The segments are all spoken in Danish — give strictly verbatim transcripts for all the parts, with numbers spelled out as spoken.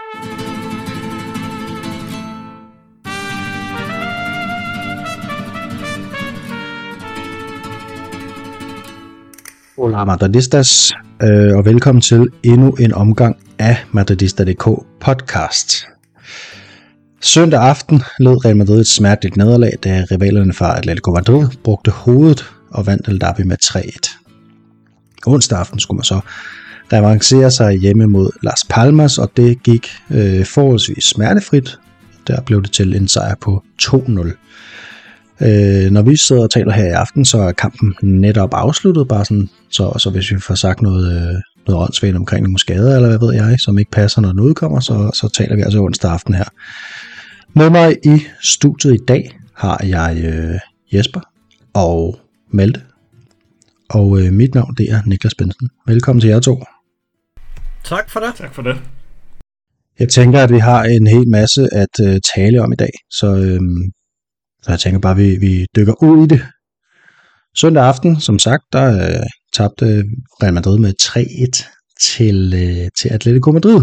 Hola Madridistas, øh, og velkommen til endnu en omgang af Madridista punktum d k podcast. Søndag aften led Real Madrid et smerteligt nederlag, da rivalerne fra Atletico Madrid brugte hovedet og vandt El Derby med tre et. Onsdag aften skulle man så revancere sig hjemme mod Las Palmas, og det gik øh, forholdsvis smertefrit. Der blev det til en sejr på to nul. Øh, når vi sidder og taler her i aften, så er kampen netop afsluttet, bare sådan, så, så hvis vi får sagt noget, øh, noget åndssvagt omkring nogle skader, eller hvad ved jeg, som ikke passer, når den udkommer, så, så taler vi altså onsdag aften her. Med mig i studiet i dag har jeg øh, Jesper og Malte, og øh, mit navn det er Niklas Benson. Velkommen til jer to. Tak for det. Tak for det. Jeg tænker, at vi har en hel masse at øh, tale om i dag, så... Øh, Så jeg tænker bare, at vi, vi dykker ud i det. Søndag aften, som sagt, der øh, tabte Real Madrid med tre et til, øh, til Atletico Madrid.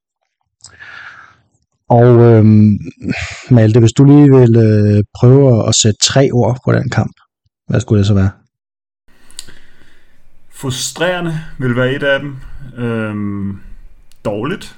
Og øh, Malte, hvis du lige vil øh, prøve at sætte tre ord på den kamp, hvad skulle det så være? Frustrerende vil være et af dem. Øhm, dårligt.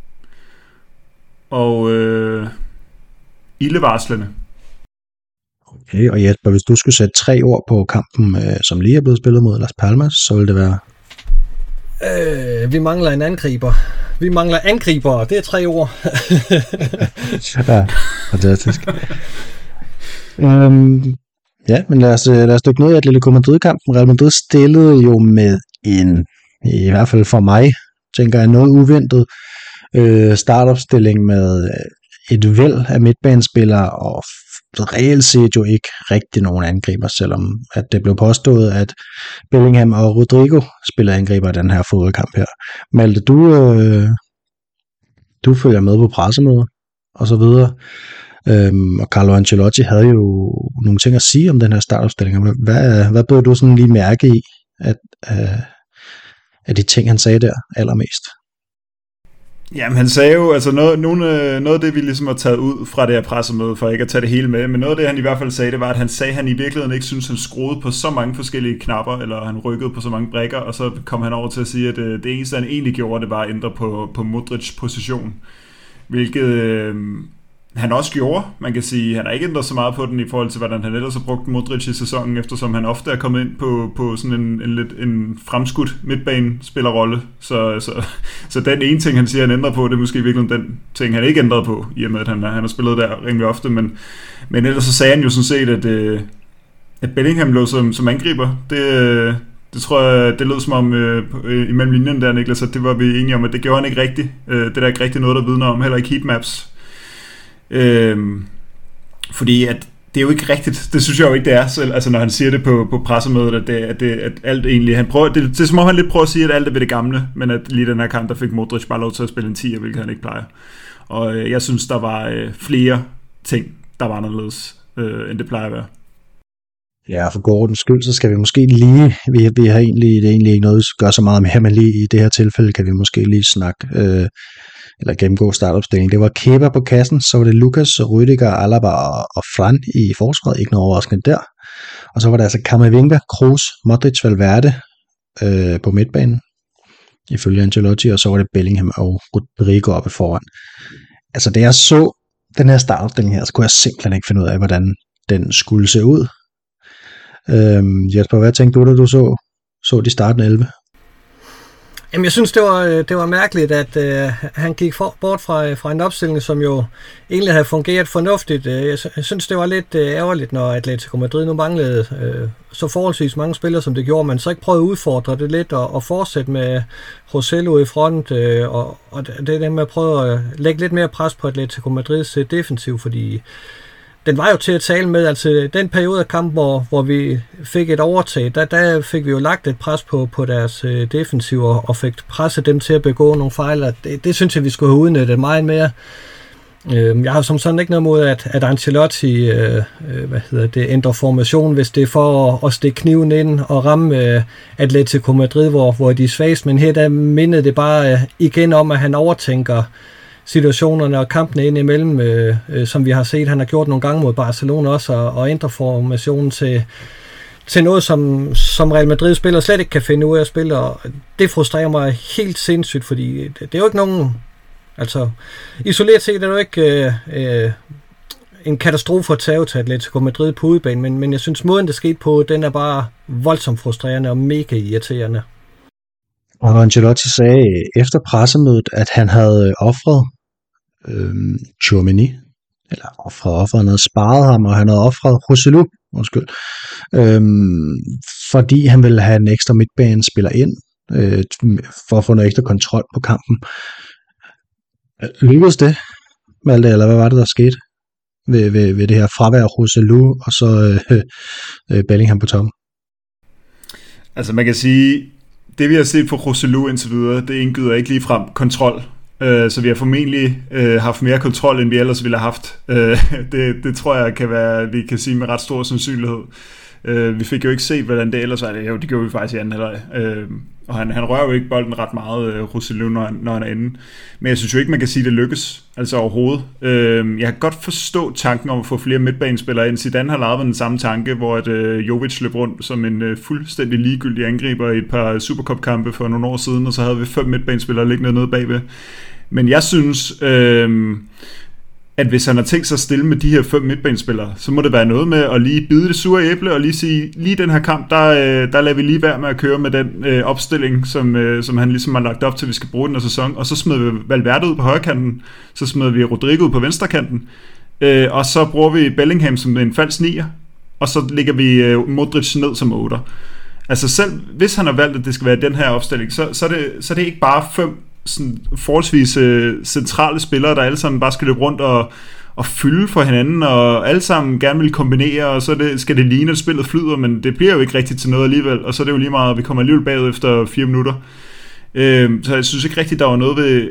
Og øh, ildevarslende. Okay, og Jesper, hvis du skulle sætte tre ord på kampen, øh, som lige er blevet spillet mod Las Palmas, så ville det være? Øh, vi mangler en angriber. Vi mangler angriber, det er tre ord. Ja, fantastisk. øhm, ja, men lad os, lad os dykke ned i Atletico Madrid-kampen. Real Madrid stillede jo med en, i hvert fald for mig, tænker jeg, noget uventet øh, startopstilling med et væld af midtbanespillere og reelt set jo ikke rigtig nogen angriber, selvom at det blev påstået, at Bellingham og Rodrigo spillede angriber i den her fodboldkamp her. Malte, du, øh, du følger med på pressemøder og så videre, øhm, og Carlo Ancelotti havde jo nogle ting at sige om den her startopstilling. Hvad, hvad bød du sådan lige mærke i, at, øh, af de ting, han sagde der allermest? Jamen han sagde jo, altså noget, nogle, noget af det vi ligesom har taget ud fra det her pressemøde, for ikke at tage det hele med, men noget af det han i hvert fald sagde, det var, at han sagde, at han i virkeligheden ikke synes han skruede på så mange forskellige knapper, eller han rykkede på så mange brikker, og så kom han over til at sige, at det, det eneste han egentlig gjorde, det var at ændre på, på Modric position, hvilket øh, han også gjorde. Man kan sige, han har ikke ændret så meget på den i forhold til, hvordan han ellers har brugt Modric i sæsonen, eftersom han ofte er kommet ind på, på sådan en, en, lidt, en fremskudt midtbanespillerrolle. Så, så, så den ene ting, han siger, han ændrer på, det er måske virkelig den ting, han ikke ændret på, i og med, at han, han har spillet der rimelig ofte. Men, men ellers så sagde han jo sådan set, at, at Bellingham lå som, som angriber. Det, det tror jeg, det lød som om øh, imellem linjen der, Niklas, at det var vi enige om, at det gjorde han ikke rigtigt. Øh, det er der ikke rigtig noget, der vidner om, heller ikke heatmaps. Øhm, fordi at det er jo ikke rigtigt. Det synes jeg jo ikke det er selv. Altså når han siger det på, på pressemødet, at, det, at, det, at alt egentlig han prøver, det, det er som om han lidt prøver at sige, at alt er ved det gamle, men at lige den her kamp der fik Modric bare lov til at spille en tier, hvilket han ikke plejer. Og øh, jeg synes der var øh, flere ting der var anderledes øh, end det plejer at være. Ja, for god ordens skyld, så skal vi måske lige, vi, vi har egentlig, det er egentlig ikke noget, vi gør så meget mere, men lige i det her tilfælde kan vi måske lige snakke, øh, eller gennemgå startopstillingen. Det var Kepa på kassen, så var det Lucas, Rüdiger, Alaba og, og Fran i forsvaret, ikke noget overraskende der. Og så var det altså Camavinga, Kroos, Modric, Valverde øh, på midtbanen, ifølge Ancelotti, og så var det Bellingham og Rodrigo oppe foran. Altså da jeg så den her startopstilling her, så kunne jeg simpelthen ikke finde ud af, hvordan den skulle se ud. Øhm, Jesper, hvad tænkte du, da du så, så de startende elleve? Jamen, jeg synes, det var, det var mærkeligt, at øh, han gik for, bort fra, fra en opstilling, som jo egentlig havde fungeret fornuftigt. Jeg, jeg synes, det var lidt øh, ærgerligt, når Atletico Madrid nu manglede øh, så forholdsvis mange spillere, som det gjorde. Man så ikke prøvede at udfordre det lidt og, og fortsætte med Rossello i front, øh, og, og det er det med at prøve at lægge lidt mere pres på Atletico Madrids øh, defensiv, fordi den var jo til at tale med, altså den periode af kampen, hvor, hvor vi fik et overtag, der, der fik vi jo lagt et pres på, på deres øh, defensiver, og fik presset dem til at begå nogle fejl, og det, det synes jeg, vi skulle have udnyttet meget mere. Øh, jeg har som sådan ikke noget mod, at, at Ancelotti øh, hvad hedder det, ændrer formation, hvis det er for at, at stikke kniven ind og ramme øh, Atletico Madrid, hvor, hvor de er svagest, men her der mindede det bare øh, igen om, at han overtænker situationerne og kampene ind imellem, øh, øh, som vi har set, han har gjort nogle gange mod Barcelona også, og, og ændre formationen til, til noget, som, som Real Madrid-spillere slet ikke kan finde ud af at spille, og det frustrerer mig helt sindssygt, fordi det, det er jo ikke nogen, altså isoleret set er det jo ikke øh, øh, en katastrofe at tage til Atletico Madrid på udebane, men, men jeg synes, måden det skete på, den er bare voldsomt frustrerende og mega irriterende. Og Ancelotti sagde efter pressemødet, at han havde offret øhm, Tchouaméni, eller offret, offret, han havde sparet ham, og han havde offret Joselu, undskyld, øhm, fordi han ville have en ekstra midtbanespiller ind, øh, for at få noget ekstra kontrol på kampen. Lykkedes det, Malte, eller hvad var det, der skete ved, ved, ved det her fravær af Joselu, og så øh, øh, Bellingham på toppen? Altså man kan sige, det vi har set fra Joselu indtil videre, det indgyder ikke ligefrem kontrol. Uh, så vi har formentlig uh, haft mere kontrol, end vi ellers ville have haft. Uh, det, det tror jeg kan være, vi kan sige med ret stor sandsynlighed. Uh, vi fik jo ikke set, hvordan det ellers var. Det, jo, det gjorde vi faktisk i anden halvleg. Uh, og han, han rører jo ikke bolden ret meget, uh, Joselu, når, når han er inde. Men jeg synes jo ikke, man kan sige, det lykkes. Altså overhovedet. Uh, jeg kan godt forstå tanken om at få flere midtbanespillere ind. Zidane har lavet den samme tanke, hvor at, uh, Jovic løb rundt som en uh, fuldstændig ligegyldig angriber i et par Supercup-kampe for nogle år siden, og så havde vi fem midtbanespillere liggende nede bagved. Men jeg synes, øh, at hvis han har tænkt sig at stille med de her fem midtbanespillere, så må det være noget med at lige bide det sure æble, og lige sige, lige den her kamp, der, øh, der lader vi lige være med at køre med den øh, opstilling, som, øh, som han ligesom har lagt op til, at vi skal bruge den her sæson. Og så smider vi Valverde ud på højrekanten, så smider vi Rodrigo ud på venstrekanten, øh, og så bruger vi Bellingham som en falsk nier, og så lægger vi øh, Modric ned som otter. Altså selv hvis han har valgt, at det skal være den her opstilling, så, så, er, det, så er det ikke bare fem sådan forholdsvis øh, centrale spillere, der alle sammen bare skal løbe rundt og, og fylde for hinanden, og alle sammen gerne vil kombinere, og så det, skal det ligne, at spillet flyder, men det bliver jo ikke rigtigt til noget alligevel, og så er det jo lige meget, at vi kommer alligevel bagud efter fire minutter. Øh, så jeg synes ikke rigtigt, der var noget ved,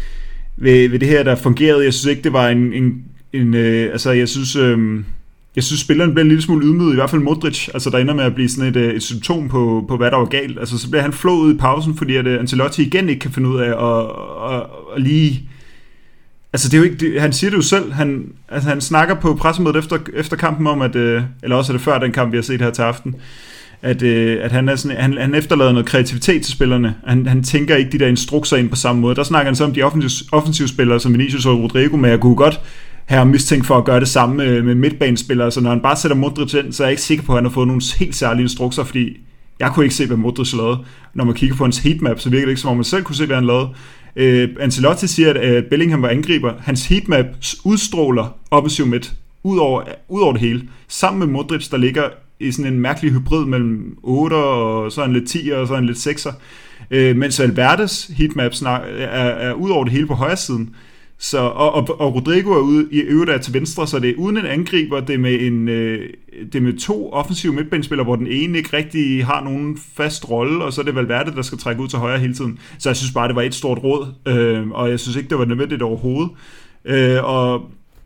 ved, ved det her, der fungerede. Jeg synes ikke, det var en... en, en øh, altså, jeg synes... Øh, Jeg synes, spilleren bliver en lille smule ydmyget, i hvert fald Modric, altså der ender med at blive sådan et, et symptom på, på, hvad der var galt. Altså så bliver han flået ud i pausen, fordi at Ancelotti igen ikke kan finde ud af at, at, at lige... Altså det er jo ikke, det, han siger det jo selv, han, altså, han snakker på pressemødet efter, efter kampen om, at, eller også er det før den kamp, vi har set her til aften, at, at han, er sådan, han, han efterlader noget kreativitet til spillerne. Han, han tænker ikke de der instrukser ind på samme måde. Der snakker han så om de offensive, offensive spillere, som Vinicius og Rodrigo, men jeg kunne godt her er mistænkt for at gøre det samme med, med midtbanespillere, så når han bare sætter Modric ind, så er jeg ikke sikker på, at han har fået nogle helt særlige instrukser, fordi jeg kunne ikke se, hvad Modric lavede. Når man kigger på hans heatmap, så virker det ikke, som om man selv kunne se, hvad han lavede. Øh, Ancelotti siger, at, at Bellingham var angriber. Hans heatmap udstråler offensiv midt, ud over, ud over det hele. Sammen med Modric, der ligger i sådan en mærkelig hybrid mellem otter og så en lidt ti og så en lidt sekser. Øh, mens Valverdes heatmap er, er ud over det hele på højre siden. Så, og, og, og Rodrigo er ude i øvrigt der til venstre, så det er uden en angriber, det er med, en, øh, det er med to offensive midtbanespillere, hvor den ene ikke rigtig har nogen fast rolle, og så er det Valverde, der skal trække ud til højre hele tiden. Så jeg synes bare, det var et stort råd, øh, og jeg synes ikke, det var nødvendigt overhovedet. Øh, og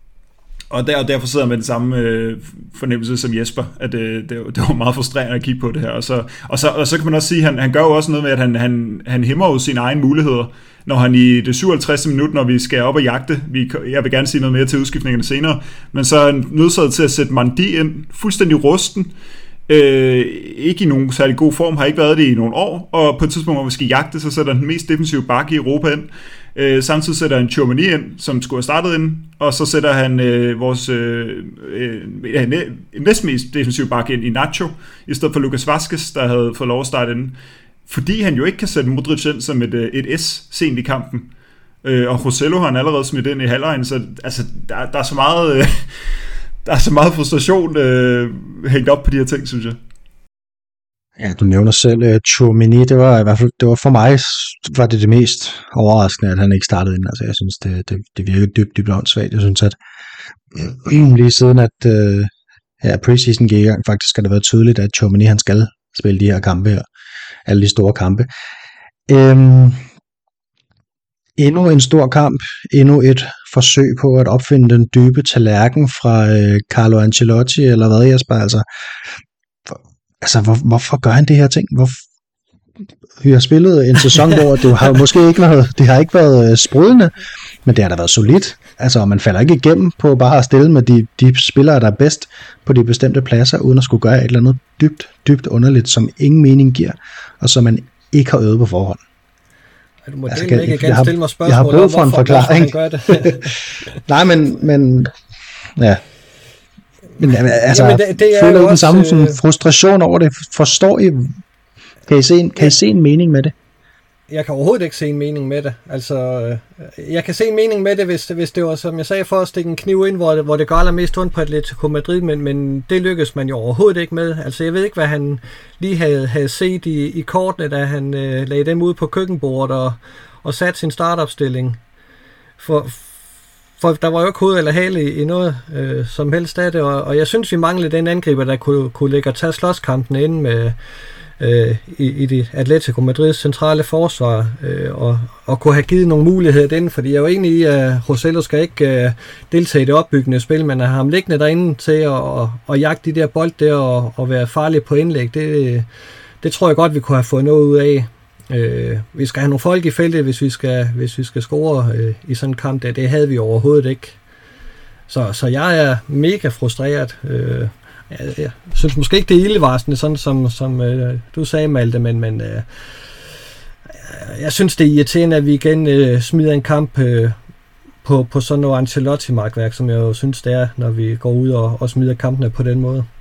Og, der, og derfor sidder jeg med den samme øh, fornemmelse som Jesper, at øh, det, det var meget frustrerende at kigge på det her. Og så, og så, og så kan man også sige, at han, han gør jo også noget med, at han, han, han hæmmer jo sine egne muligheder, når han i det syvoghalvtreds minut, når vi skal op og jagte, vi, jeg vil gerne sige noget mere til udskiftningerne senere, men så er han nødsaget til at sætte Mandi ind, fuldstændig rusten, øh, ikke i nogen særlig god form, har ikke været det i nogle år, og på et tidspunkt, hvor vi skal jagte, så sætter han den mest defensive bakke i Europa ind. Øh, samtidig sætter han Tchouaméni ind, som skulle have startet ind, og så sætter han øh, vores øh, øh, næstmest defensive bakke ind i Nacho, i stedet for Lucas Vazquez, der havde fået lov at starte ind. Fordi han jo ikke kan sætte Modric ind som et, et S sent i kampen. Øh, og Joselu har han allerede smidt ind i halvlejen, så altså, der, der er så meget øh, der er så meget frustration øh, hængt op på de her ting, synes jeg. Ja, du nævner selv uh, Tchouaméni, det var i hvert fald, det var for mig, var det det mest overraskende, at han ikke startede ind. Altså, jeg synes, det, det, det virkede dybt, dybt åndssvagt. Jeg synes, at øh, lige siden, at øh, ja, preseason gik i gang, faktisk har det været tydeligt, at Tchouaméni, han skal spille de her kampe her. Alle de store kampe. Øhm, endnu en stor kamp, endnu et forsøg på at opfinde den dybe tallerken fra øh, Carlo Ancelotti, eller hvad, Jesper? Altså, Altså, hvor, hvorfor gør han det her ting? Hvor, vi har spillet en sæson, hvor det har måske ikke været, det har ikke været sprudlende, men det har da været solidt. Altså, man falder ikke igennem på bare at stille med de, de spillere, der er bedst på de bestemte pladser, uden at skulle gøre et eller andet dybt, dybt underligt, som ingen mening giver, og som man ikke har øvet på forhånd. Du må altså, ikke igen har, stille mig spørgsmål jeg har brug for om, en forklaring. Gør det. Nej, men, men ja. Men altså, Jamen, det, det er føler jo den også, samme sådan, frustration over det. Forstår I, kan I se en, kan I se en mening med det? Jeg kan overhovedet ikke se en mening med det. Altså, jeg kan se en mening med det, hvis, hvis det var, som jeg sagde, for at stikke en kniv ind, hvor det, hvor det gør allermest ondt på Atletico Madrid, men, men det lykkedes man jo overhovedet ikke med. Altså, jeg ved ikke, hvad han lige havde, havde set i, i kortene, da han øh, lagde dem ud på køkkenbordet og, og satte sin startopstilling. For, for der var jo ikke hoved eller hale i, i noget øh, som helst af det, og, og jeg synes, vi manglede den angriber, der kunne, kunne ligge og tage slåskampen inde med Øh, i, i det Atletico Madrids centrale forsvar, øh, og, og kunne have givet nogle muligheder den, fordi jeg er jo enig i, at Rossello skal ikke øh, deltage i det opbyggende spil, men at have ham liggende derinde til at og, og jagte de der bold der og, og være farlig på indlæg, det, det tror jeg godt, vi kunne have fået noget ud af. Øh, vi skal have nogle folk i feltet, hvis vi skal, hvis vi skal score øh, i sådan en kamp, det, det havde vi overhovedet ikke. Så, så jeg er mega frustreret. Øh, Jeg, jeg synes måske ikke, det er ildevarslende, sådan som, som øh, du sagde, Malte, men, men øh, jeg synes, det er irriterende, at vi igen øh, smider en kamp øh, på, på sådan noget Ancelotti-markværk, som jeg jo synes, det er, når vi går ud og, og smider kampene på den måde.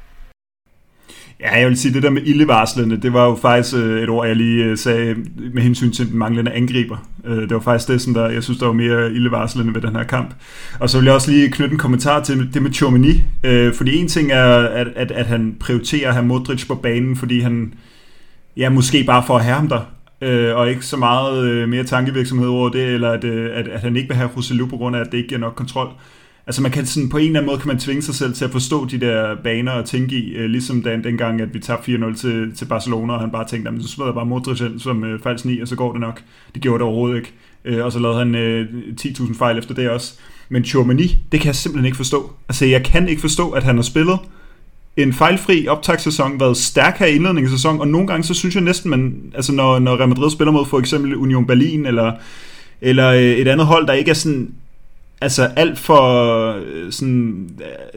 Ja, jeg vil sige, det der med ildevarslende, det var jo faktisk et ord, jeg lige sagde med hensyn til den manglende angriber. Det var faktisk det, som der, jeg synes, der var mere ildevarslende ved den her kamp. Og så vil jeg også lige knytte en kommentar til det med Tchouaméni, fordi en ting er, at, at, at han prioriterer at have Modric på banen, fordi han, ja, måske bare for at have ham der, og ikke så meget mere tankevirksomhed over det, eller at, at, at han ikke vil have Rossello på grund af, at det ikke giver nok kontrol. Altså man kan sådan, på en eller anden måde kan man tvinge sig selv til at forstå de der baner og tænke i, øh, ligesom den, dengang, at vi tabte fire nul til, til Barcelona, og han bare tænkte, at så smider jeg bare Modric ind som øh, falsk ni, og så går det nok. Det gjorde det overhovedet ikke. Øh, og så lavede han øh, ti tusind fejl efter det også. Men Tchouaméni, det kan jeg simpelthen ikke forstå. Altså jeg kan ikke forstå, at han har spillet en fejlfri optagssæson, været stærk her i indledningen af sæsonen, og nogle gange så synes jeg næsten, man, altså når, når Real Madrid spiller mod for eksempel Union Berlin, eller, eller et andet hold, der ikke er sådan, altså alt for sådan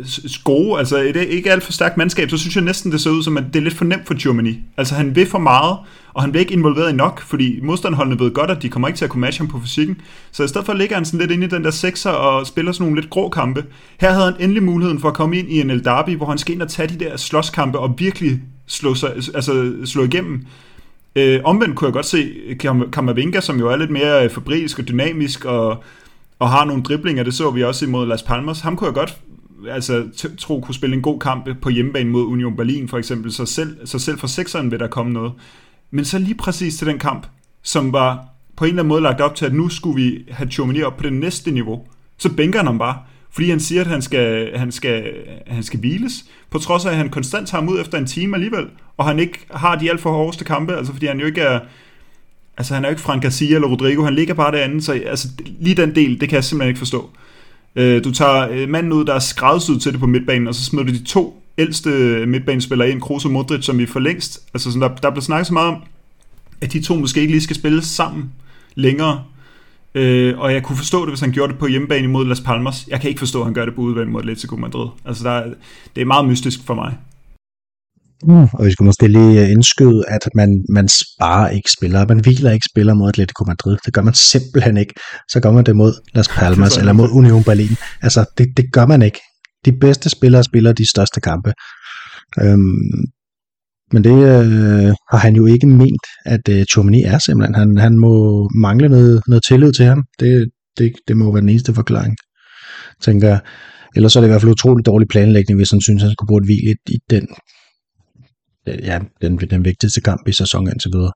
gode, altså et, ikke alt for stærkt mandskab, så synes jeg næsten, det ser ud som, at det er lidt for nemt for Tchouaméni. Altså han vil for meget, og han bliver ikke involveret i nok, fordi modstanderholdene ved godt, at de kommer ikke til at kunne matche ham på fysikken. Så i stedet for ligger han sådan lidt inde i den der sekser og spiller sådan nogle lidt grå kampe. Her havde han endelig muligheden for at komme ind i en El Derby, hvor han skal ind og tage de der slåskampe og virkelig slå, sig, altså slå igennem. Øh, omvendt kunne jeg godt se Camavinga, som jo er lidt mere febrilsk og dynamisk og og har nogle driblinger, det så vi også imod Las Palmas. Ham kunne jeg godt altså, t- tro kunne spille en god kamp på hjemmebane mod Union Berlin for eksempel, så selv, så selv for sekseren vil der komme noget. Men så lige præcis til den kamp, som var på en eller anden måde lagt op til, at nu skulle vi have Tchouaméni op på det næste niveau, så bænker han ham bare, fordi han siger, at han skal, han skal, han skal hviles, på trods af, at han konstant tager ham ud efter en time alligevel, og han ikke har de alt for hårdeste kampe, altså fordi han jo ikke er Altså han er jo ikke Fran Garcia eller Rodrigo, han ligger bare derinde, så altså, lige den del, det kan jeg simpelthen ikke forstå. Øh, du tager øh, manden ud, der er skræddersyet til det på midtbanen, og så smider du de to ældste midtbanespillere ind, Kroos og Modric, som vi for længst, altså sådan, der, der bliver snakket så meget om, at de to måske ikke lige skal spille sammen længere, øh, og jeg kunne forstå det, hvis han gjorde det på hjemmebane imod Las Palmas. Jeg kan ikke forstå, at han gør det på udebane mod Atletico Madrid. Altså der er, det er meget mystisk for mig. Mm, og vi skal måske lige indskyde, at man, man sparer ikke spillere, man hviler ikke spillere mod Atletico Madrid. Det gør man simpelthen ikke. Så gør man det mod Las Palmas eller mod Union Berlin. Altså, det, det gør man ikke. De bedste spillere spiller de største kampe. Øhm, men det øh, har han jo ikke ment, at øh, Tchouaméni er simpelthen. Han, han må mangle noget, noget tillid til ham. Det, det, det må være den eneste forklaring, tænker jeg. Ellers er det i hvert fald utrolig dårlig planlægning, hvis han synes, han skulle bruge et hvil i den ja, den, den vigtigste kamp i sæsonen indtil videre.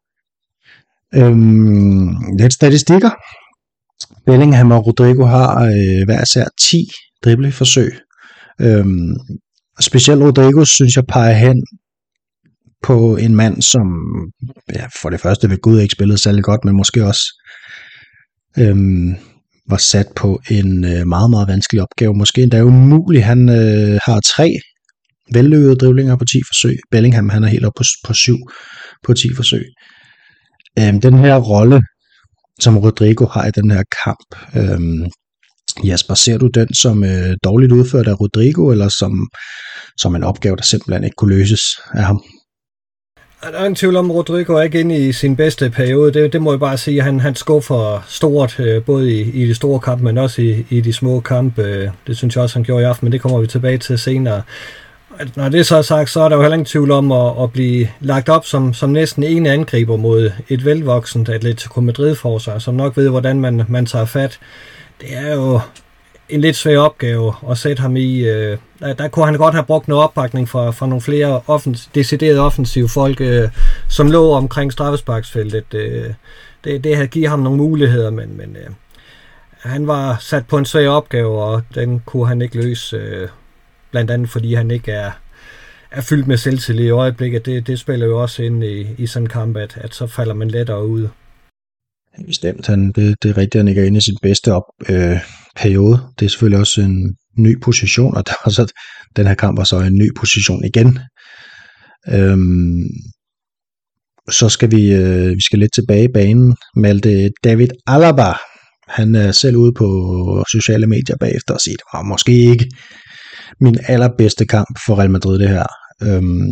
Øhm, lidt statistikker. Bellingham og Rodrigo har øh, hver især ti dribleforsøg. Øhm, specielt Rodrigo, synes jeg, peger hen på en mand, som ja, for det første ved Gud ikke spillede særlig godt, men måske også øhm, var sat på en øh, meget, meget vanskelig opgave. Måske endda umulig. Han øh, har tre vellykkede driblinger på ti forsøg. Bellingham, han er helt oppe på, på syv på ti forsøg. Øhm, den her rolle, som Rodrigo har i den her kamp, øhm, Jasper, ser du den som øh, dårligt udført af Rodrigo, eller som, som en opgave, der simpelthen ikke kunne løses af ham? Der er en tvivl om, at Rodrigo er ikke inde i sin bedste periode. Det, det må jeg bare sige. Han, han skuffer stort, øh, både i, i de store kampe, men også i, i de små kampe. Det synes jeg også, han gjorde i aften, men det kommer vi tilbage til senere. Når det så er sagt, så er der jo heller ingen tvivl om at, at blive lagt op som, som næsten en angriber mod et velvoksent Atletico Madrid-forsvar, som nok ved, hvordan man, man tager fat. Det er jo en lidt svær opgave at sætte ham i. Øh, der, der kunne han godt have brugt noget opbakning fra, fra nogle flere offens, deciderede offensive folk, øh, som lå omkring straffesparksfeltet. Øh, det, det havde givet ham nogle muligheder, men, men øh, han var sat på en svær opgave, og den kunne han ikke løse, øh, blandt andet fordi han ikke er, er fyldt med selvtillid i øjeblikket. Det, det spiller jo også ind i, i sådan en kamp, at, at så falder man lettere ud. Bestemt, han, det, det er rigtigt, han ikke er inde i sin bedste op, øh, periode. Det er selvfølgelig også en ny position, og der var så, den her kamp var så en ny position igen. Øhm, så skal vi, øh, vi skal lidt tilbage i banen. Malte David Alaba, han er selv ude på sociale medier bagefter og siger, det var måske ikke min allerbedste kamp for Real Madrid det her. Øhm,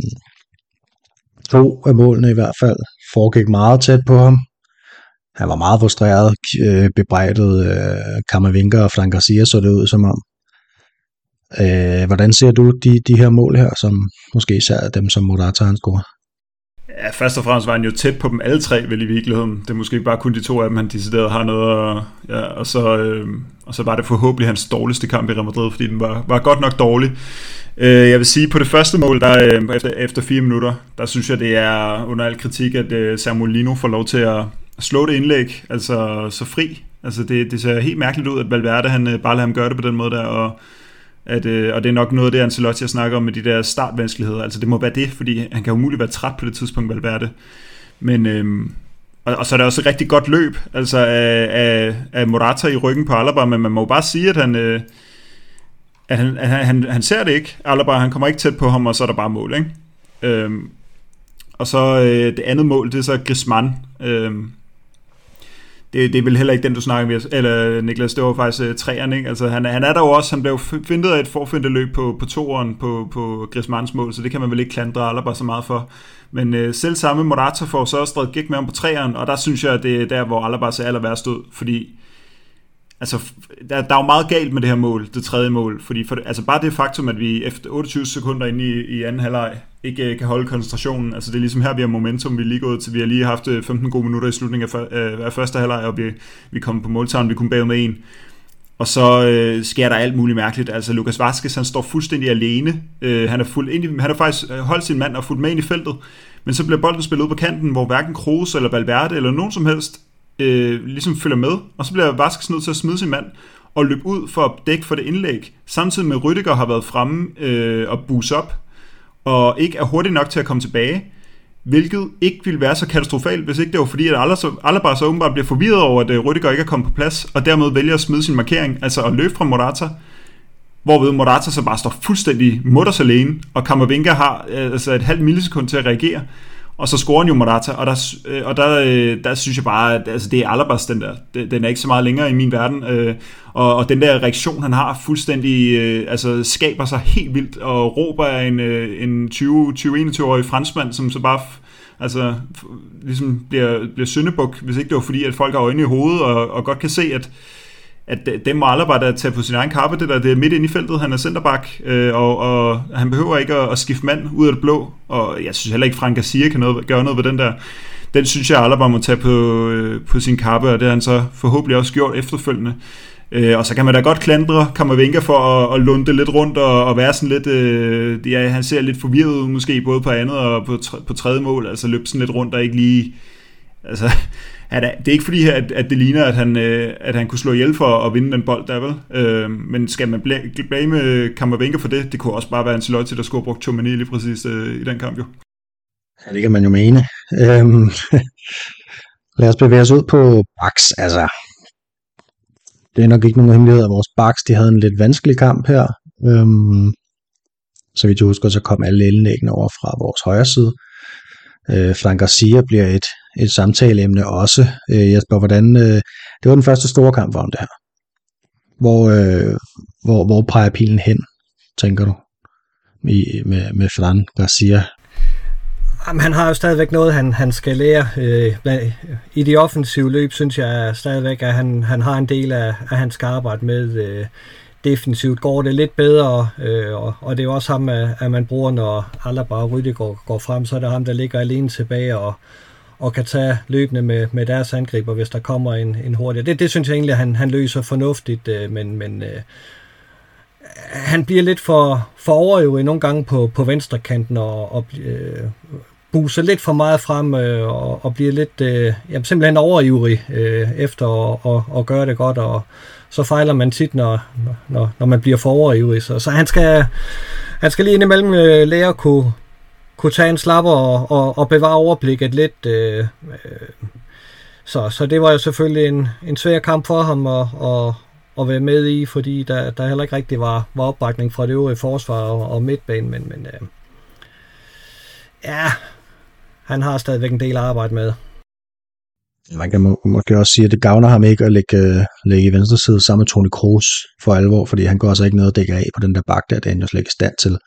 to af målene i hvert fald foregik meget tæt på ham. Han var meget frustreret, øh, bebrejdet øh, Camavinga og Fran Garcia, så det ud som om. Øh, hvordan ser du de, de her mål her, som måske især dem, som Morata han scorer? Ja, først og fremmest var han jo tæt på dem alle tre, vel i virkeligheden. Det er måske ikke bare kun de to af dem, han decideret har noget, og, ja, og, så, øh, og så var det forhåbentlig hans dårligste kamp i Real Madrid, fordi den var, var godt nok dårlig. Øh, jeg vil sige, på det første mål, der, øh, efter, efter fire minutter, der synes jeg, det er under al kritik, at øh, Samuel Lino får lov til at slå det indlæg, altså så fri. Altså det, det ser helt mærkeligt ud, at Valverde han øh, bare lader ham gøre det på den måde der, og At, øh, og det er nok noget af det, Ancelotti har snakket om med de der startvanskeligheder. Altså det må være det, fordi han kan umuligt være træt på det tidspunkt, Valverde. Men, øh, og, og så er der også et rigtig godt løb altså af, af, af Morata i ryggen på Alaba, men man må bare sige, at han, øh, at han, at han, han ser det ikke. Alaba, han kommer ikke tæt på ham, og så er der bare mål, ikke? Øh, og så øh, det andet mål, det er så Griezmann. Øh, Det, det er vel heller ikke den, du snakker med, eller Niklas, det var faktisk uh, træerne, ikke? Altså, han, han er der jo også, han blev fintet af et forfindeløb på, på toeren på, på Griezmanns mål, så det kan man vel ikke klandre Alaba så meget for. Men uh, selv samme Morata får så også drevet gik med ham på træeren, og der synes jeg, at det er der, hvor Alaba ser aller værst ud, fordi altså, der, der er jo meget galt med det her mål, det tredje mål, fordi for, altså bare det faktum, at vi efter otteogtyve sekunder inde i, i anden halvleg ikke uh, kan holde koncentrationen, altså det er ligesom her, vi har momentum, vi er lige gået til, vi har lige haft femten gode minutter i slutningen af, uh, af første halvleg, og vi, vi kom på måltavlen, vi kunne bagud med en, og så uh, sker der alt muligt mærkeligt, altså Lucas Vázquez, han står fuldstændig alene, uh, han, er fuld ind i, han har faktisk holdt sin mand og fulgt med ind i feltet, men så bliver bolden spillet ud på kanten, hvor hverken Kroos eller Valverde eller nogen som helst Øh, ligesom følger med, og så bliver Vázquez nødt til at smide sin mand og løbe ud for at dække for det indlæg, samtidig med Rüdiger har været fremme øh, og boost op, og ikke er hurtig nok til at komme tilbage, hvilket ikke ville være så katastrofalt, hvis ikke det var fordi, at Alaba så åbenbart bliver forvirret over, at Rüdiger ikke er kommet på plads, og dermed vælger at smide sin markering, altså at løbe fra Morata, hvorved Morata så bare står fuldstændig mutters alene, og Camavinga har altså et halvt millisekund til at reagere, og så scorer han jo Morata, og der, og der, der synes jeg bare, at altså, det er Alabas, den der. Den er ikke så meget længere i min verden. Og, og den der reaktion, han har fuldstændig, altså skaber sig helt vildt, og råber af en, en tyve til enogtyve-årig franskmand, som så bare altså, ligesom bliver, bliver syndebuk, hvis ikke det var fordi, at folk har øjne i hovedet, og, og godt kan se, at at dem må Alaba da tage på sin egen kappe, det der, det er midt inde i feltet, han er centerback, øh, og, og han behøver ikke at, at skifte mand ud af det blå, og jeg synes heller ikke, Fran Garcia kan noget, gøre noget ved den der. Den synes jeg, Alaba må tage på, øh, på sin kappe, og det har han så forhåbentlig også gjort efterfølgende. Øh, og så kan man da godt klandre Camavinga for at, at lunde lidt rundt, og, og være sådan lidt, øh, ja, han ser lidt forvirret ud måske, både på andet og på, på tredje mål, altså løbe sådan lidt rundt, og ikke lige, altså det er ikke fordi, at, at det ligner, at han, at han kunne slå ihjel for at vinde den bold der, vel? Øh, men skal man blame Camavinga for det? Det kunne også bare være Ancelotti, der skulle have brugt Tchouaméni lige præcis øh, i den kamp, jo. Ja, det kan man jo mene. Øhm, lad os bevæge os ud på backs. Altså, det er nok ikke nogen hemmelighed af vores backs. De havde en lidt vanskelig kamp her. Øhm, så vidt jeg husker, så kom alle indlæggene over fra vores højre side. Øh, Fran Garcia bliver et, et samtaleemne også. Øh, Jesper, hvordan, øh, det var den første store kamp for ham det her. Hvor, øh, hvor, hvor peger pilen hen, tænker du, I, med, med Fran Garcia? Jamen, han har jo stadigvæk noget, han, han skal lære. Øh, I de offensive løb, synes jeg stadigvæk, at han, han har en del af, at han skal arbejde med. Øh, defensivt går det lidt bedre, øh, og, og det er jo også ham, at, at man bruger, når Alaba og Rüdiger går, går frem, så er det ham, der ligger alene tilbage og, og kan tage løbende med, med deres angriber, hvis der kommer en, en hurtigere. Det, det synes jeg egentlig, at han, han løser fornuftigt, øh, men, men øh, han bliver lidt for, for overøvrig nogle gange på, på venstrekanten og, og øh, buser lidt for meget frem øh, og, og bliver lidt øh, jamen, simpelthen overivrig øh, efter at og, og gøre det godt, og så fejler man tit, når, når, når man bliver for overivrig. Så, så han, skal, han skal lige indimellem øh, lære at kunne, kunne tage en slapper og, og, og bevare overblikket lidt. Øh, øh, så, så det var jo selvfølgelig en, en svær kamp for ham at, at, at være med i, fordi der, der heller ikke rigtig var, var opbakning fra det øvrige forsvar og, og midtbanen, men, men øh, ja, han har stadigvæk en del arbejde med. Man kan må, måske også sige, at det gavner ham ikke at lægge, lægge i venstre side sammen med Toni Kroos for alvor, fordi han går altså ikke noget at dække af på den der bak, der det er han jo slet ikke i stand til.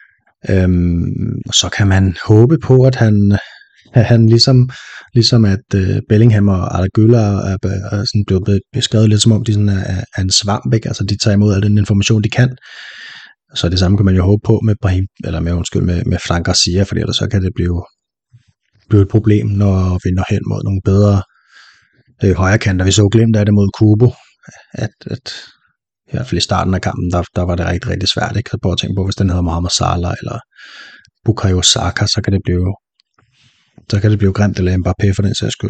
Øhm, så kan man håbe på, at han, at han ligesom, ligesom at uh, Bellingham og Arda Güler er, er sådan blevet beskrevet lidt som om, de sådan er, er en svamp, ikke? Altså de tager imod al den information, de kan. Så det samme kan man jo håbe på med Brahim, eller med, undskyld, med, med Fran Garcia, fordi ellers så kan det blive blive et problem, når vi når hen mod nogle bedre øh, højrekanter. Vi så glemt af det mod Kubo, at, at i hvert fald i starten af kampen, der, der var det rigtig, rigtig svært. Ikke? Så prøv at tænke på, hvis den hedder Mohamed Salah eller Bukayo Saka, så kan det blive så kan det blive grimt, eller Mbappé for den sags skyld.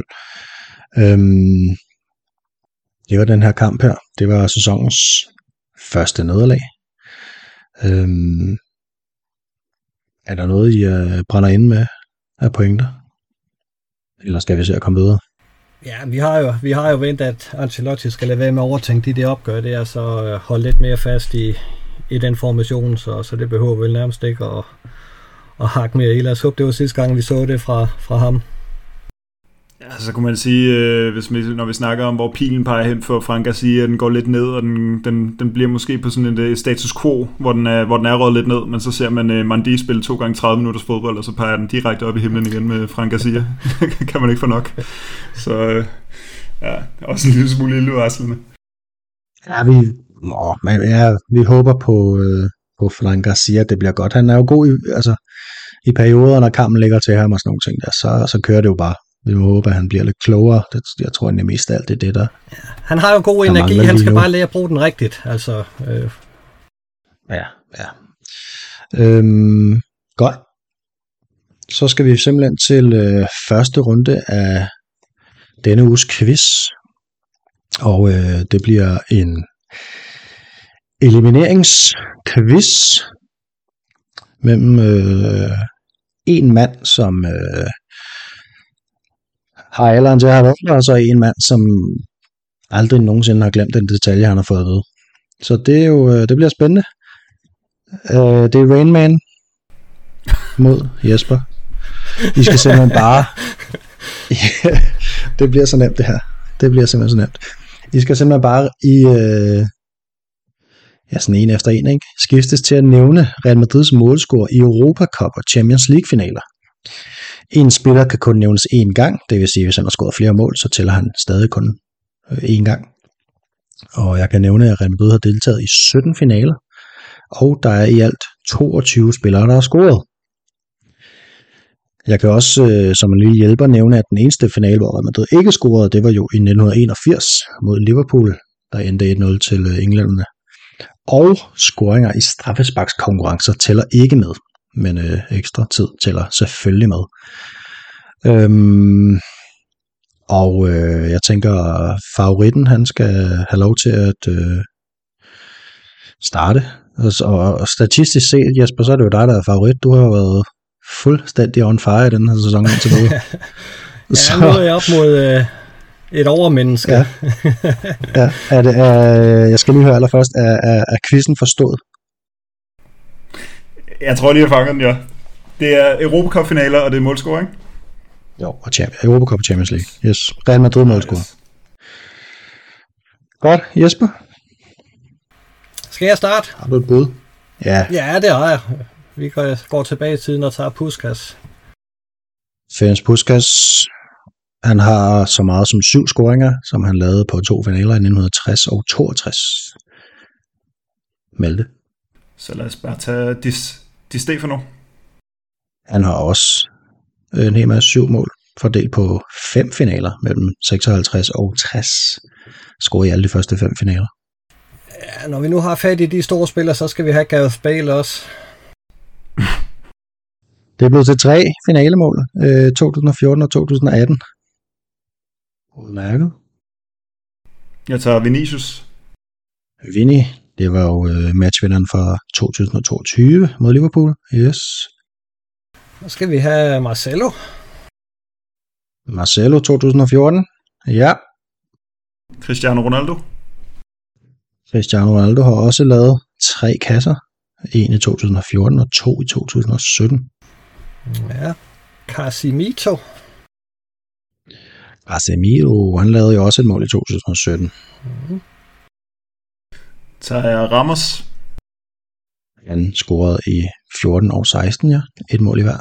Øhm, det var den her kamp her. Det var sæsonens første nederlag. Øhm, er der noget, I uh, brænder ind med af pointer? Eller skal vi se at komme videre? Ja, vi har jo, vi har jo ventet, at Ancelotti skal lade være med at overtænke de der opgør, det er så holde lidt mere fast i, i den formation, så, så det behøver vel nærmest ikke at, at hakke mere i. Lad os håbe, det var sidste gang, vi så det fra, fra ham. Ja, så kunne man sige, øh, hvis vi, når vi snakker om, hvor pilen peger hen for Fran Garcia, den går lidt ned, og den, den, den bliver måske på sådan en status quo, hvor den er, hvor den er røget lidt ned, men så ser man uh, Mandi spille to gange tredive minutters fodbold, og så peger den direkte op i himlen igen med Fran Garcia. Kan man ikke få nok. Så øh, ja, også en lille smule ildevarslende. Ja, vi, åh, men, ja, vi håber på, øh, på Fran Garcia, det bliver godt. Han er jo god i, altså, i perioder, når kampen ligger til ham og sådan nogle ting der, så, så kører det jo bare. Vi må håbe, at han bliver lidt klogere. Det, jeg tror, at det mest af alt det er det, der... Ja, han har jo god energi, han skal bare lære at bruge den rigtigt. Altså, øh. Ja, ja. Øhm, godt. Så skal vi simpelthen til øh, første runde af denne uges quiz. Og øh, det bliver en elimineringsquiz mellem øh, en mand, som... Øh, har alderen til at have været, og så en mand, som aldrig nogensinde har glemt den detalje, han har fået at vide. Så det er jo, det bliver spændende. Uh, det er Rain Man mod Jesper. I skal simpelthen bare... yeah, det bliver så nemt det her. Det bliver simpelthen så nemt. I skal simpelthen bare i... Uh, ja, sådan en efter en, ikke? Skiftes til at nævne Real Madrids målscore i Europa Cup og Champions League finaler. En spiller kan kun nævnes én gang, det vil sige, hvis han har scoret flere mål, så tæller han stadig kun én gang. Og jeg kan nævne, at Real Madrid har deltaget i sytten finaler, og der er i alt toogtyve spillere, der har scoret. Jeg kan også som en lille hjælper nævne, at den eneste finale, hvor Real Madrid ikke scorede, det var jo i nitten enogfirs mod Liverpool, der endte et nul til englænderne. Og scoringer i straffesparkskonkurrencer tæller ikke med. Men øh, ekstra tid tæller selvfølgelig med. Øhm, og øh, jeg tænker, favoritten, han skal have lov til at øh, starte. Og, og statistisk set, Jesper, så er det jo dig, der er favorit. Du har jo været fuldstændig on fire i den her sæson indtil videre. Ja, så... nu er jeg op mod øh, et overmenneske. Ja, ja er det, er, jeg skal lige høre allerførst, er, er, er quizzen forstået? Jeg tror lige, jeg fanger den, ja. Det er Europa Cup-finaler, og det er målscoring. Jo, og Europa Cup og Champions League. Yes, Real Madrid målscoring. Yes. Godt, Jesper. Skal jeg starte? Har du et bud? Ja. Ja, det har jeg. Vi går tilbage i tiden og tager Puskas. Ferenc Puskas, han har så meget som syv scoringer, som han lavede på to finaler i nitten tres og toogtres. Malte. Så lad os bare tage Di, Di Stefano. Han har også en hel masse syv mål, fordelt på fem finaler mellem seksoghalvtreds og tres. Scorede i alle de første fem finaler. Ja, når vi nu har fat i de store spillere, så skal vi have Gareth Bale også. Det er blevet til tre finalemål, øh, to tusind og fjorten og to tusind og atten. Udmærket. Jeg tager Vinicius. Vini, det var jo øh, matchvinderen for to tusind og toogtyve mod Liverpool. Yes. Så skal vi have Marcelo. Marcelo to tusind og fjorten. Ja. Cristiano Ronaldo. Cristiano Ronaldo har også lavet tre kasser. En i to tusind og fjorten og to i to tusind og sytten. Ja. Casemiro. Casemiro, han lavede jo også et mål i to tusind og sytten. Mm. Tager jeg Ramos. Han scorede i fjorten og seksten, ja. Et mål i hver.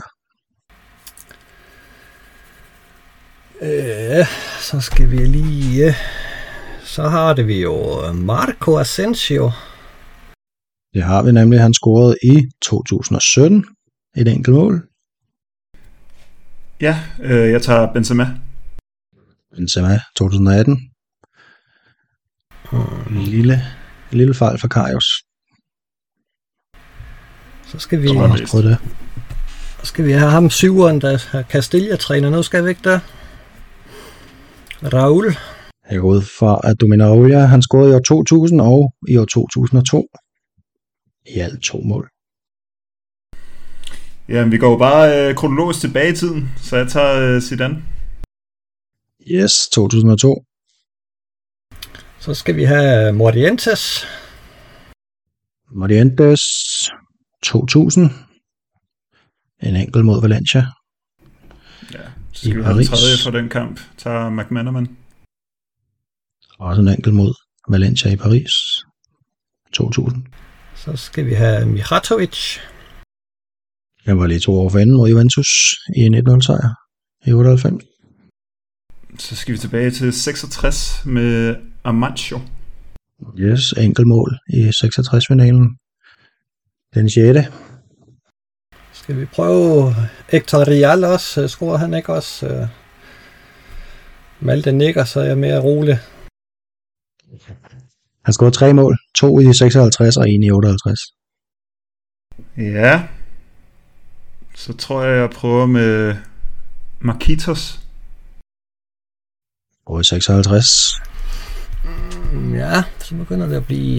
Øh, så skal vi lige... Så har det vi jo Marco Asensio. Det har vi nemlig. Han scorede i to tusind og sytten. Et enkelt mål. Ja, øh, jeg tager Benzema. Benzema to tusind og atten. Hmm. Lille, lille fejl for Karius. Så skal vi... Så det. Så skal vi have ham syveren, der er Castilla-træner. Nu skal vi ikke der. Raul. Jeg går ud fra, at du mener Raul, han scorede i år to tusind og i år to tusind og to. I alt to mål. Ja, vi går jo bare øh, kronologisk tilbage i tiden, så jeg tager øh, Zidane. Yes, to tusind og to. Så skal vi have Morientes. Morientes to tusind. En enkelt mod Valencia. Ja, så skal I vi have den tredje for den kamp. Tager McManaman. Også en enkelt mod Valencia i Paris. to tusind. Så skal vi have Mijatovic. Jeg var lige to år for enden mod Juventus i en et nul sejr i otteoghalvfems. Så skal vi tilbage til seksogtres med Amancio. Yes, enkelt mål i seksogtres-finalen. Den sjette. Skal vi prøve Hector Real også? Scorer han ikke også? Malte nikker, så er jeg mere rolig. Han scorede tre mål. To i seksoghalvtreds og en i otteoghalvtreds. Ja. Så tror jeg, jeg prøver med Marquitos. Og i seksoghalvtreds. Mm, ja, så begynder det at blive...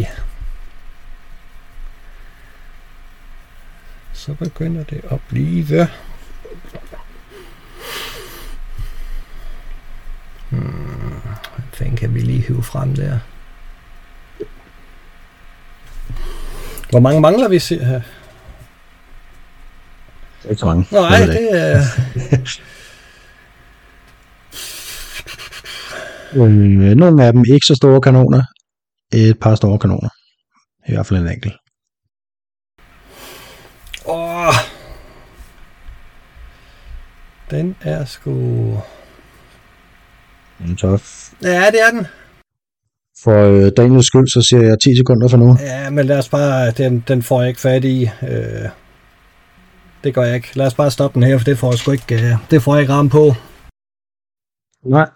Så begynder det at blive... Hmm, hvad kan vi lige hive frem der? Hvor mange mangler vi se her? Ikke så mange. Nej, det er... Nogle af dem ikke så store kanoner. Et par store kanoner. I hvert fald en enkelt. Åh! Den er sgu... Den er tof. Ja, det er den. For øh, Daniels skyld, så siger jeg ti sekunder for nu. Ja, men lad os bare... Den, den får jeg ikke fat i. Øh, det gør jeg ikke. Lad os bare stoppe den her, for det får jeg sgu ikke... Øh, det får jeg ikke ramme på. Nej.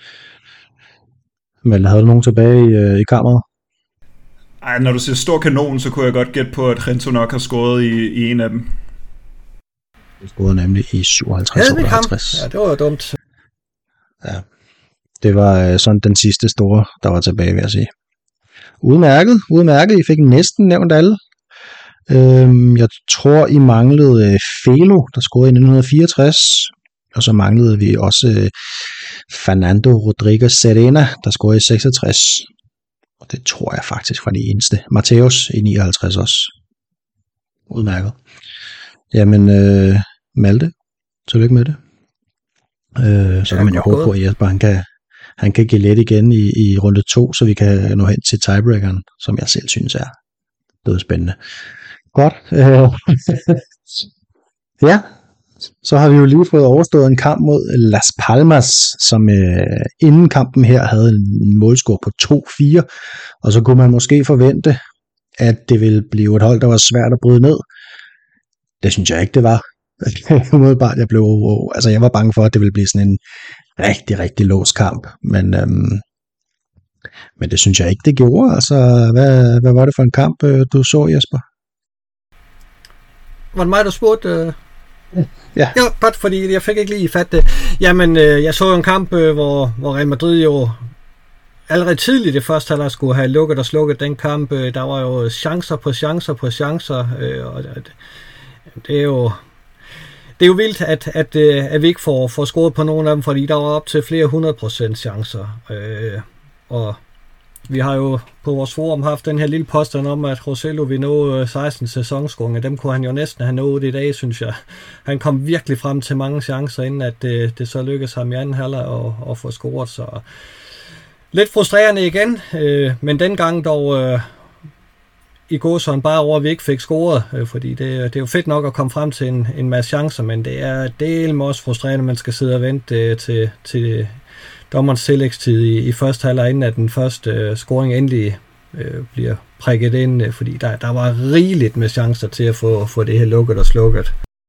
Men havde du nogen tilbage i, øh, i kammeret? Ej, når du siger stor kanon, så kunne jeg godt gætte på, at Rento nok har scoret i, i en af dem. Det scorede nemlig i syvoghalvtreds og otteoghalvtreds. Ja, det var jo dumt. Ja. Det var øh, sådan den sidste store, der var tilbage, vil jeg sige. Udmærket, udmærket. I fik næsten nævnt alle. Øhm, jeg tror, I manglede øh, Felo, der scorede i nitten fireogtres. Og så manglede vi også øh, Fernando Rodriguez Serena, der scorede i seksogtres. Og det tror jeg faktisk var det eneste. Mateus i nioghalvtreds også. Udmærket. Jamen, øh, Malte, tillykke med det. Øh, så ja, kan man jo håbe på, at Jesper han kan, han kan give let igen i, i runde to, så vi kan nå hen til tiebreakeren, som jeg selv synes er Det er spændende. Godt. Øh, ja, så har vi jo lige fået overstået en kamp mod Las Palmas, som øh, inden kampen her havde en målscore på to fire, og så kunne man måske forvente, at det ville blive et hold, der var svært at bryde ned. Det synes jeg ikke, det var. Umiddelbart, jeg blev, altså jeg var bange for, at det ville blive sådan en rigtig, rigtig lås kamp, men, øhm, men det synes jeg ikke, det gjorde. Altså, hvad, hvad var det for en kamp, du så, Jesper? Var det mig, der spurgte? Øh... Ja. Ja, godt, fordi jeg fik ikke lige fat det. Jamen, øh, jeg så jo en kamp, øh, hvor, hvor Real Madrid jo allerede tidligt det første halvleg skulle have lukket og slukket den kamp. Øh, der var jo chancer på chancer på chancer, øh, og det, det er jo... Det er jo vildt, at, at, at vi ikke får, får scoret på nogen af dem, fordi der var op til flere hundrede procent chancer. Øh, og vi har jo på vores forum haft den her lille påstand om, at Rossello vil nå seksten sæsonscoring. Dem kunne han jo næsten have nået i dag, synes jeg. Han kom virkelig frem til mange chancer, inden at det, det så lykkedes ham i anden halvleg at, at få scoret. Så lidt frustrerende igen, øh, men dengang dog... Øh, i går så han bare over, at vi ikke fik scoret, øh, fordi det, det er jo fedt nok at komme frem til en, en masse chancer, men det er del med også frustrerende, at man skal sidde og vente øh, til, til dommerens tillægstid i, i første halvleg, inden at den første øh, scoring endelig øh, bliver prikket ind, øh, fordi der, der var rigeligt med chancer til at få, få det her lukket og slukket.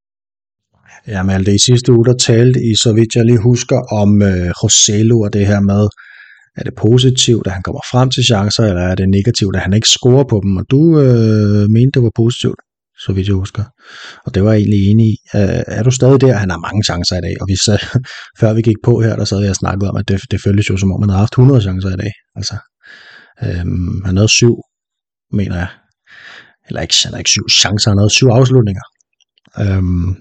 Ja, Malte, i sidste uge, der talte I, så vidt jeg lige husker, om øh, Rossello og det her med, er det positivt, at han kommer frem til chancer, eller er det negativt, at han ikke scorer på dem? Og du øh, mente, det var positivt, så vidt jeg husker. Og det var jeg egentlig enig i. Øh, er du stadig der? Han har mange chancer i dag, og vi sad, før vi gik på her, der sad jeg og snakkede om, at det, det føltes jo som om, han havde haft hundrede chancer i dag. Altså, øh, han havde syv, mener jeg. Eller ikke, han havde ikke syv chancer, han havde syv afslutninger. Øh,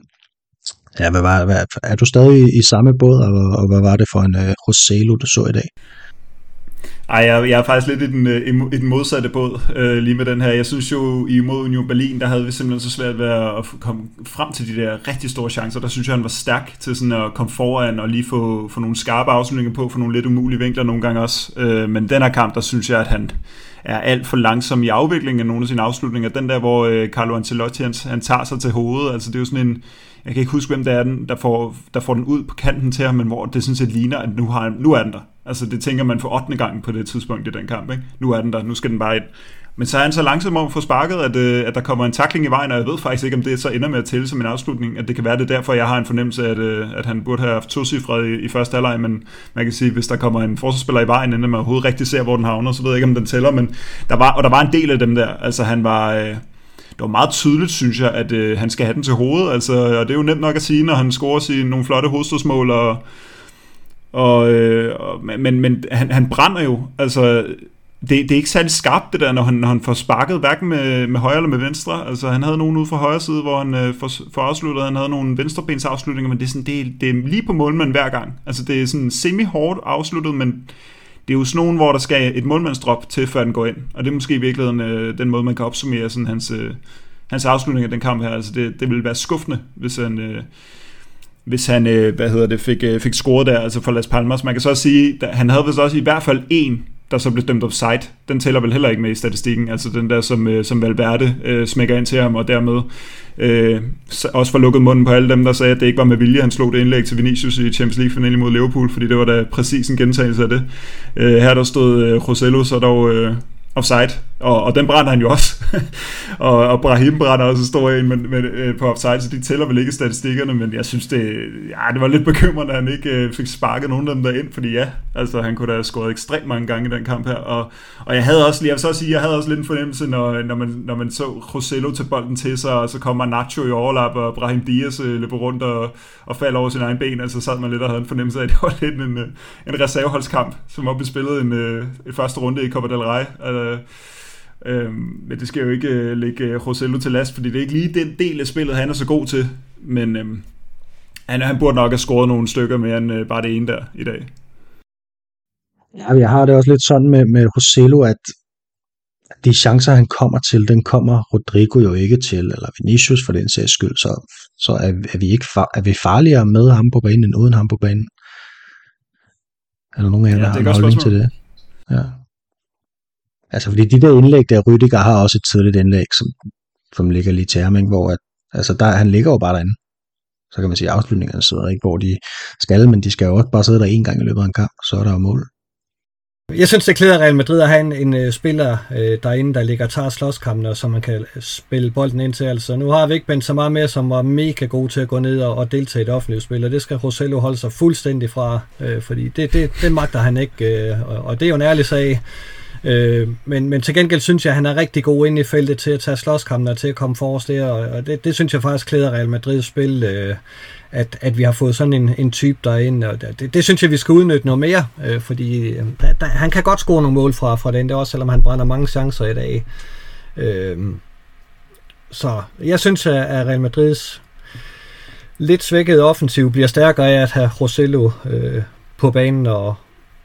ja, hvad var, hvad, er du stadig i, i samme båd, og, og hvad var det for en øh, Rossello, du så i dag? Ej, jeg, jeg er faktisk lidt i den, i den modsatte båd øh, lige med den her. Jeg synes jo, imod Union Berlin, der havde vi simpelthen så svært ved at komme frem til de der rigtig store chancer. Der synes jeg, han var stærk til sådan at komme foran og lige få, få nogle skarpe afslutninger på, få nogle lidt umulige vinkler nogle gange også. Øh, men den her kamp, der synes jeg, at han er alt for langsom i afviklingen af nogle af sine afslutninger. Den der, hvor øh, Carlo Ancelotti, han, han tager sig til hovedet, altså det er jo sådan en... Jeg kan ikke huske, hvem det er, den, der, får, der får den ud på kanten til ham, men hvor det sådan set ligner, at nu, har, nu er den der. Altså det tænker man for ottende gang på det tidspunkt i den kamp, ikke? Nu er den der, nu skal den bare ind. Men så er han så langsom om at få sparket, at, at der kommer en tackling i vejen, og jeg ved faktisk ikke, om det så ender med at tælle som en afslutning. At det kan være det derfor, jeg har en fornemmelse af, at, at han burde have haft tocifret i, i første halvleg, men man kan sige, hvis der kommer en forsvarsspiller i vejen, inden man overhovedet rigtig ser, hvor den havner, så ved jeg ikke, om den tæller. Men der var, og der var en del af dem der. Altså han var... Øh, Det var meget tydeligt, synes jeg, at øh, han skal have den til hovedet, altså, og det er jo nemt nok at sige, når han scorer sine nogle flotte hovedstødsmål, og, og, øh, og, men, men han, han brænder jo, altså, det, det er ikke særlig skarpt det der, når han, når han får sparket, hverken med, med højre eller med venstre, altså han havde nogen ude fra højre side, hvor han øh, får, får afsluttet, han havde nogle venstrebens afslutninger, men det er, sådan, det, er, det er lige på målmanden hver gang, altså det er sådan semi-hårdt afsluttet, men det er jo sådan nogen, hvor der skal et målmandsdrop til, før den går ind. Og det er måske i virkeligheden øh, den måde, man kan opsummere sådan hans, øh, hans afslutning af den kamp her. Altså det, det ville være skuffende, hvis han, øh, hvis han øh, hvad hedder det, fik, øh, fik scoret der, altså for Las Palmas. Man kan så også sige, at han havde vist også i hvert fald en, der så blev dømt offside. Den tæller vel heller ikke med i statistikken. Altså den der, som, øh, som Valverde øh, smækker ind til ham, og dermed øh, også får lukket munden på alle dem, der sagde, at det ikke var med vilje. Han slog det indlæg til Vinicius i Champions League-finalen mod Liverpool, fordi det var da præcis en gentagelse af det. Øh, her der stod øh, Rossello, så dog... Øh, offside, og, og den brænder han jo også. og, og Brahim brænder også stor en men, men, øh, på offside, så de tæller vel ikke statistikkerne, men jeg synes, det, ja, det var lidt bekymrende, at han ikke øh, fik sparket nogen af dem derind, fordi ja, altså han kunne da have scoret ekstremt mange gange i den kamp her, og, og jeg havde også, jeg vil så sige, jeg havde også lidt en fornemmelse, når, når, man, når man så Rossello tage bolden til sig, og så kommer Nacho i overlap, og Brahim Diaz øh, løber rundt og, og falder over sin egen ben, altså sad man lidt og havde en fornemmelse af, at det var lidt en, en reserveholdskamp, som op i spillet en, en første runde i Copa del Rey, altså, Øhm, men det skal jo ikke øh, lægge Rossello til last, fordi det er ikke lige den del af spillet, han er så god til. Men øhm, han, han burde nok have scoret nogle stykker mere end øh, bare det ene der i dag. Ja, jeg har det også lidt sådan med, med Rossello, at de chancer, han kommer til, den kommer Rodrigo jo ikke til, eller Vinicius for den sags skyld, så, så er, er, vi ikke far, er vi farligere med ham på banen, end uden ham på banen. Er der nogen af jer, der har en holdning til det? Ja. Altså, fordi de der indlæg der, Rüdiger har også et tidligt indlæg, som, som ligger lige til ham, ikke? Hvor at, altså der, han ligger jo bare derinde. Så kan man sige, at afslutningerne sidder ikke, hvor de skal, men de skal jo også bare sidde der en gang i løbet af en kamp, så er der jo mål. Jeg synes, det klæder Real Madrid at have en, en uh, spiller uh, derinde, der ligger og tager slåskampene, og så man kan spille bolden ind til. Altså, nu har vi ikke Benzema med, som var mega god til at gå ned og, og deltage i et offentligt spil, og det skal Rossello holde sig fuldstændig fra, uh, fordi det, det, det magter han ikke, uh, og, og det er jo en ærlig sag. Uh, men, men til gengæld synes jeg, at han er rigtig god inde i feltet til at tage slåskampene og til at komme forrest der, og, og det, det synes jeg faktisk klæder Real Madrids spil, uh, At, at vi har fået sådan en, en type derinde, og det, det synes jeg, vi skal udnytte noget mere, øh, fordi øh, der, der, han kan godt score nogle mål fra, fra den der også, selvom han brænder mange chancer i dag. Øh, så jeg synes, at Real Madrids lidt svækkede offensiv bliver stærkere af at have Rossello øh, på banen, og,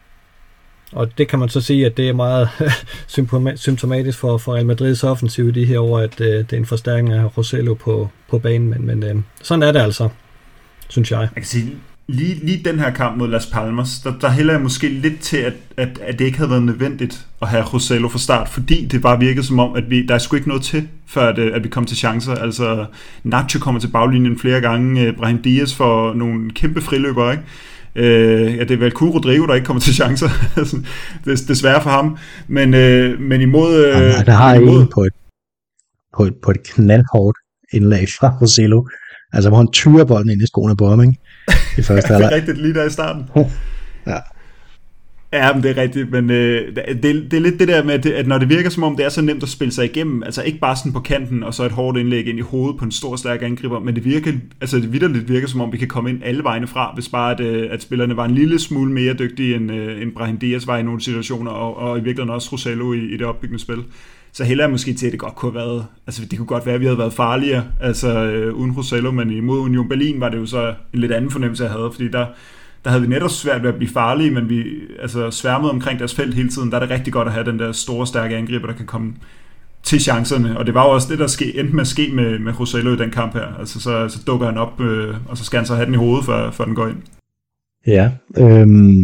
og det kan man så sige, at det er meget symptomatisk for, for Real Madrids offensiv i de her år, at øh, det er en forstærkning af Rossello på, på banen, men, men øh, sådan er det altså, synes jeg. Jeg kan sige, lige, lige den her kamp mod Las Palmas, der, der hælder jeg måske lidt til, at, at, at det ikke havde været nødvendigt at have Rossello fra start, fordi det bare virkede som om, at vi, der er sgu ikke noget til, før at, at vi kom til chancer. Altså, Nacho kommer til baglinjen flere gange, Brahim Diaz får nogle kæmpe friløbere, ikke? Øh, ja, det er vel kun Rodrigo, der ikke kommer til chancer. Det er desværre for ham. Men, øh, men imod... Øh, ja, der har imod... en på et, på, et, på et knaldhårdt indlag fra Rossello. Altså, hvor han tyrer bolden ind i skoene på ham, ikke? I første halvleg. Det er rigtigt, lige der i starten. Ja. Ja, men det er rigtigt, men øh, det, det er lidt det der med, at, det, at når det virker som om, det er så nemt at spille sig igennem, altså ikke bare sådan på kanten, og så et hårdt indlæg ind i hovedet på en stor, stærk angriber, men det virker, altså det vitterligt virker som om, vi kan komme ind alle vejene fra, hvis bare at, at spillerne var en lille smule mere dygtige, end, øh, end Brahim Diaz var i nogle situationer, og, og i virkeligheden også Rossello i, i det opbyggende spil. Så hælder jeg måske til, at det godt kunne have været, altså det kunne godt være, at vi havde været farligere, altså øh, uden Rossello, men imod Union Berlin var det jo så en lidt anden fornemmelse, jeg havde, fordi der der havde vi netop svært ved at blive farlige, men vi altså sværmede omkring deres felt hele tiden. Der er det rigtig godt at have den der store, stærke angriber, der kan komme til chancerne. Og det var jo også det, der ske, endte med at ske med, med Rossello i den kamp her. Altså så, så dukker han op, øh, og så skal han så have den i hovedet, før, før den går ind. Ja, øhm,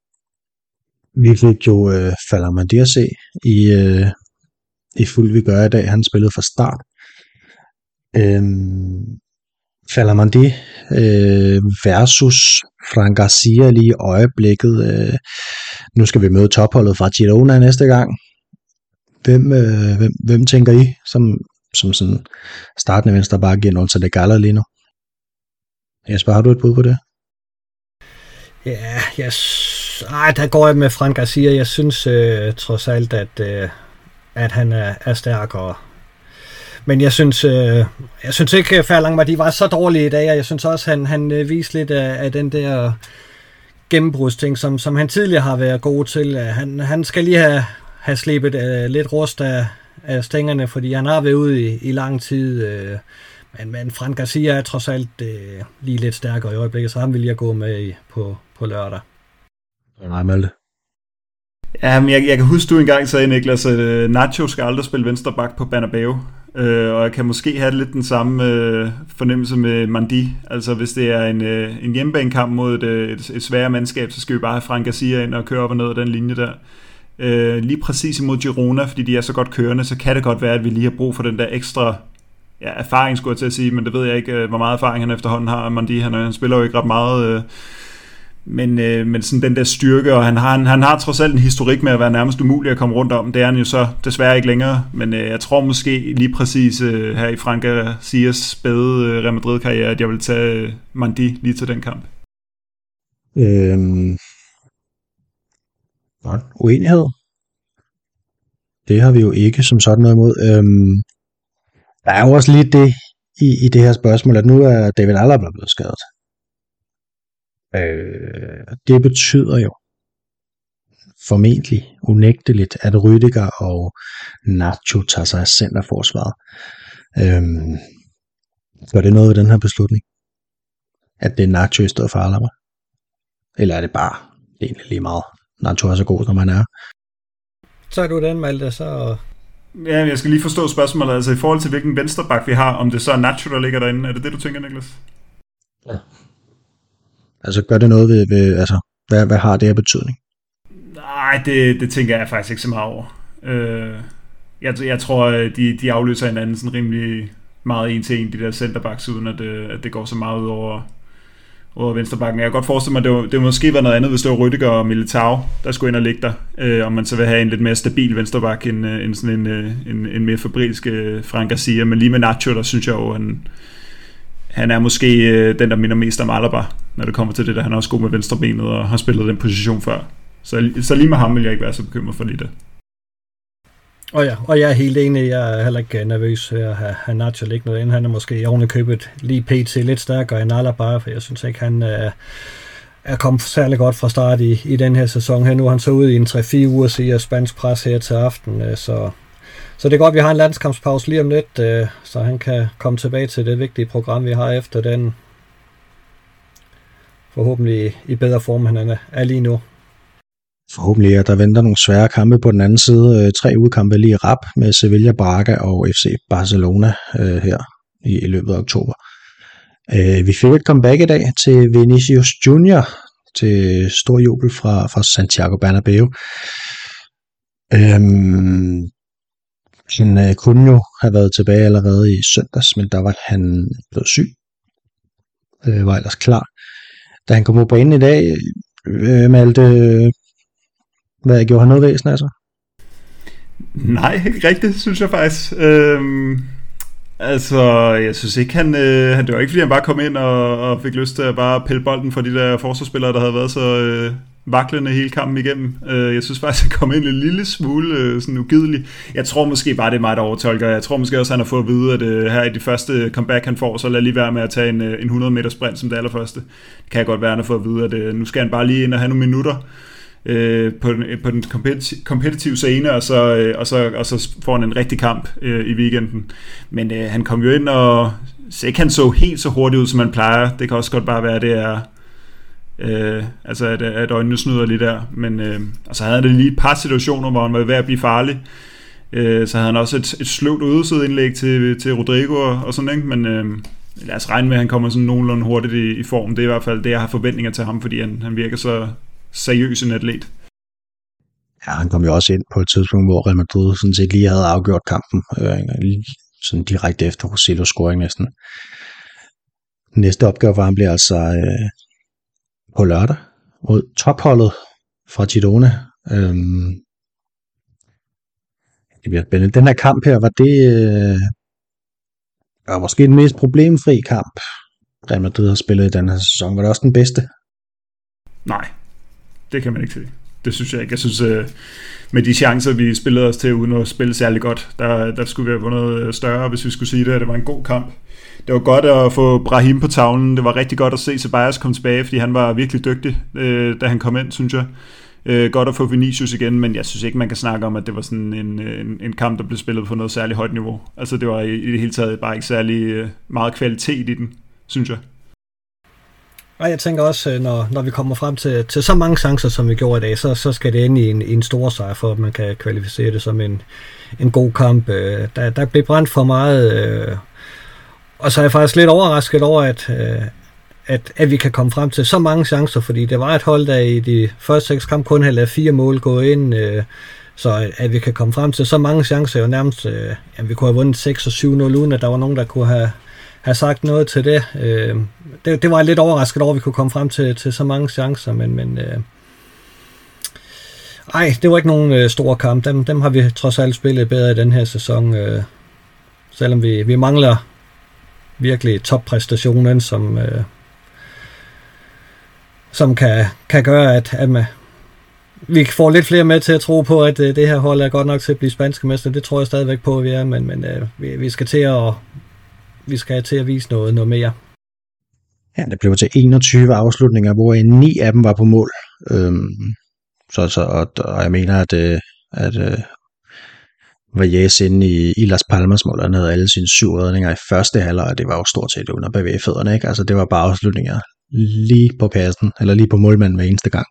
vi fik jo øh, Falamadi at se i, øh, i fuld vi gør i dag. Han spillede fra start. Øhm, Falamadi øh, versus Fran Garcia lige i øjeblikket. Øh, nu skal vi møde topholdet fra Girona næste gang. Hvem, øh, hvem, hvem tænker I som, som sådan startende venstreback i Once de Gala lige nu? Jesper, har du et bud på det? Ja, yes. Ej, der går jeg med Fran Garcia. Jeg synes øh, trods alt, at, øh, at han er, er stærkere. Men jeg synes, øh, jeg synes ikke, at Falamadi var så dårlig i dag, og jeg synes også, at han, han øh, viste lidt af, af den der gennembrudsting, som, som han tidligere har været god til. Han, han skal lige have, have slebet øh, lidt rust af, af stængerne, fordi han har været ude i, i lang tid. Øh, men, men Fran Garcia er trods alt øh, lige lidt stærkere i øjeblikket, så han vil jeg gå med i, på, på lørdag. Nej, Malte. Ja, men jeg, jeg kan huske, du engang sagde, Niklas, at uh, Nacho skal aldrig spille venstreback på Bernabeu. Uh, og jeg kan måske have lidt den samme uh, fornemmelse med Mandi. Altså hvis det er en, uh, en hjemmebanekamp mod et, et, et sværere mandskab, så skal vi bare have Fran Garcia ind og køre op og ned af den linje der. Uh, lige præcis imod Girona, fordi de er så godt kørende, så kan det godt være, at vi lige har brug for den der ekstra ja, erfaring, skulle jeg til at sige, men det ved jeg ikke, hvor meget erfaring han efterhånden har. Mandi, han, han spiller jo ikke ret meget... Uh, Men, øh, men sådan den der styrke, og han har, han, han har trods alt en historik med at være nærmest umulig at komme rundt om. Det er han jo så desværre ikke længere, men øh, jeg tror måske lige præcis øh, her i Fran Garcias spæde øh, Real Madrid-karriere, at jeg vil tage øh, Mandi lige til den kamp. Øhm, godt. Uenighed? Det har vi jo ikke som sådan noget imod. Øhm, der er jo også lige det i, i det her spørgsmål, at nu er David Alaba blevet skadet. Øh, det betyder jo formentlig, unægteligt, at Rüdiger og Nacho tager sig af centerforsvaret. Øh, gør det noget ved den her beslutning? At det er Nacho i stedet for Alaba? Eller er det bare det er egentlig lige meget? Nacho er så god, når man er. Så er du den, Malte, så... Ja, jeg skal lige forstå spørgsmålet, altså i forhold til hvilken venstreback vi har, om det så er Nacho, der ligger derinde. Er det det, du tænker, Niklas? Ja. Altså gør det noget ved, ved altså, hvad, hvad har det her betydning? Nej, det, det tænker jeg faktisk ikke så meget over. Øh, jeg, jeg tror, de, de afløser hinanden sådan rimelig meget en til en, de der centerbacks, uden at, at det går så meget ud over, over venstrebakken. Jeg kan godt forestille mig, at det, var, det måske var noget andet, hvis det var Rüdiger og Militao, der skulle ind og ligge der, øh, om man så vil have en lidt mere stabil venstreback, end, end sådan en, en, en mere fabrilsk øh, Fran Garcia. Men lige med Nacho, der synes jeg jo, han, han er måske øh, den, der minder mest om Alaba, når det kommer til det der. Han er også god med venstrebenet og har spillet den position før. Så, så lige med ham vil jeg ikke være så bekymret for lige det. Og ja, og jeg er helt enig. Jeg er heller ikke nervøs ved at have, have Nacho ligge noget ind. Han er måske oven i købet lige pt. Lidt stærkere end Alaba, for jeg synes ikke, han er, er kommet særlig godt fra start i, i den her sæson. Her nu er han så ude i en tre fire uger siger spansk pres her til aften. Så, så det er godt, at vi har en landskampspause lige om lidt, så han kan komme tilbage til det vigtige program, vi har efter den. Forhåbentlig i bedre form, end han er lige nu. Forhåbentlig, at der venter nogle svære kampe på den anden side. Tre ugekampe lige i rap med Sevilla, Braga og F C Barcelona øh, her i, i løbet af oktober. Øh, vi fik et comeback i dag til Vinicius Junior til stor jubel fra, fra Santiago Bernabéu. Øhm, han øh, kunne jo have været tilbage allerede i søndags, men der var han blevet syg. Øh, var ellers klar. Da han kom på banen i dag, øh, Malte, hvad gjorde han noget væsen altså? Nej, ikke rigtigt, synes jeg faktisk. Øhm, altså, jeg synes ikke, han, øh, det var ikke fordi, han bare kom ind og, og fik lyst til at bare pille bolden fra de der forsvarsspillere, der havde været så øh, vaklende hele kampen igennem. Øh, jeg synes faktisk, at han kom ind en lille smule øh, sådan ugidelig. Jeg tror måske bare, det er mig, der overtolker. Jeg tror måske også, han har fået at vide, at øh, her i de første comeback, han får, så lad lige være med at tage en, en hundrede meter sprint som det allerførste. Det kan godt være, han har fået at vide, at øh, nu skal han bare lige ind og have nogle minutter på den, på den kompetitive scene, og så, og, så, og så får han en rigtig kamp øh, i weekenden. Men øh, han kom jo ind, og så ikke han så helt så hurtigt ud, som han plejer. Det kan også godt bare være, at det er øh, altså at, at øjnene snyder lidt der. Men øh, og så havde han det lige et par situationer, hvor han var ved at blive farlig. Øh, så havde han også et, et sløvt udsidindlæg til, til Rodrigo og, og sådan, ikke? Men øh, lad os regne med, at han kommer sådan nogenlunde hurtigt i, i form. Det er i hvert fald det, jeg har forventninger til ham, fordi han, han virker så seriøs en atlet. Ja, han kom jo også ind på et tidspunkt, hvor Real Madrid sådan set lige havde afgjort kampen, øh, sådan direkte efter Rosillos scoring næsten. Næste opgave for ham bliver altså øh, på lørdag mod topholdet fra Girona. Øhm, det bliver spændende. Den her kamp her, var det øh, var måske den mest problemfri kamp, Real Madrid har spillet i den her sæson. Var det også den bedste? Nej, det kan man ikke sige. Det synes jeg ikke. Jeg synes, med de chancer, vi spillede os til, uden at spille særlig godt, der, der skulle vi have vundet større, hvis vi skulle sige det, at det var en god kamp. Det var godt at få Brahim på tavlen. Det var rigtig godt at se Ceballos komme tilbage, fordi han var virkelig dygtig, da han kom ind, synes jeg. Godt at få Vinicius igen, men jeg synes ikke, man kan snakke om, at det var sådan en, en, en kamp, der blev spillet på noget særligt højt niveau. Altså, det var i, i det hele taget bare ikke særlig meget kvalitet i den, synes jeg. Og jeg tænker også, når, når vi kommer frem til, til så mange chancer, som vi gjorde i dag, så, så skal det ind i en, i en stor sejr, for at man kan kvalificere det som en, en god kamp. Der, der blev brændt for meget, og så er jeg faktisk lidt overrasket over, at, at, at vi kan komme frem til så mange chancer, fordi det var et hold, der i de første seks kampe kun havde lavet fire mål gå ind, så at vi kan komme frem til så mange chancer, jo nærmest, at vi kunne have vundet seks og syv nul, uden at der var nogen, der kunne have har sagt noget til det. Øh, det. Det var jeg lidt overrasket over, at vi kunne komme frem til, til så mange chancer, men, men øh, ej, det var ikke nogen øh, store kamp. Dem, dem har vi trods alt spillet bedre i den her sæson, øh, selvom vi, vi mangler virkelig toppræstationen, som, øh, som kan, kan gøre, at, at man, vi får lidt flere med til at tro på, at øh, det her hold er godt nok til at blive spanske mester. Det tror jeg stadigvæk på, at vi er, men, men øh, vi, vi skal til at Vi skal til at vise noget, noget mere. Ja, det blev til enogtyve afslutninger, hvor ni af dem var på mål. Øhm, så, så, og, og jeg mener, at, at, at Valles inde i, i Las Palmas mål, han havde alle sine syv redninger i første halvleg, og det var jo stort set under bevægefødderne, ikke? Altså det var bare afslutninger lige på kassen, eller lige på målmanden hver eneste gang.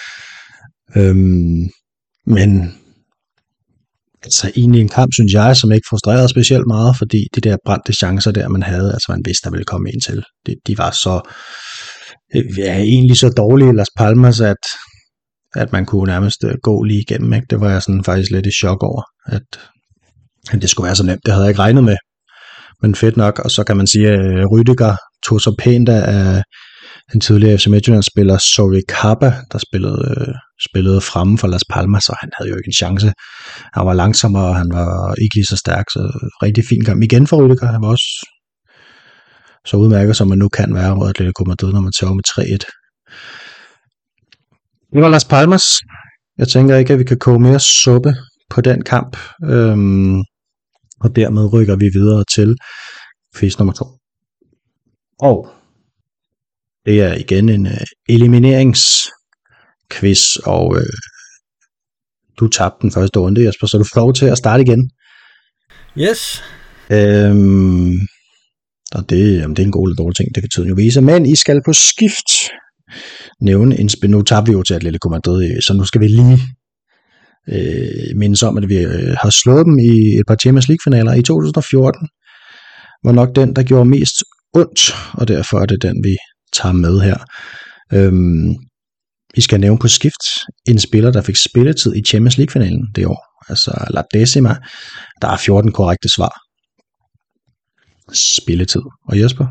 Øhm, men altså egentlig en kamp, synes jeg, som ikke frustrerede specielt meget, fordi de der brændte chancer der, man havde, altså man vidste, der ville komme en til. De, de var så, ja, egentlig så dårlige i Las Palmas, at, at man kunne nærmest gå lige igennem. Ikke? Det var jeg sådan faktisk lidt i chok over, at, at det skulle være så nemt. Det havde jeg ikke regnet med, men fedt nok. Og så kan man sige, at Rüdiger tog så pænt af en tidligere F C Midtjylland-spiller, Sorry Kappa, der spillede, øh, spillede fremme for Las Palmas, og han havde jo ikke en chance. Han var langsommere, og han var ikke lige så stærk, så rigtig fin kamp igen for Rüdiger. Han var også så udmærket, som man nu kan være mod Atletico Madrid, når man tager med tre et. Det var Las Palmas. Jeg tænker ikke, at vi kan koge mere suppe på den kamp, øhm, og dermed rykker vi videre til quiz nummer to. Og det er igen en uh, elimineringsquiz, og uh, du tabte den første runde, Jesper, så du får lov til at starte igen. Yes. Øhm, og det, jamen, det er en god eller dårlig ting, det kan tiden jo vise. Men I skal på skift nævne en spil. Nu tabte vi jo til Atletico Madrid, så nu skal vi lige øh, mindes om, at vi øh, har slået dem i et par Champions League-finaler i to tusind og fjorten. Var nok den, der gjorde mest ondt, og derfor er det den, vi tager med her. Øhm, I skal nævne på skift en spiller, der fik spilletid i Champions League-finalen det år. Altså La Decima. Der er fjorten korrekte svar. Spilletid. Og Jesper?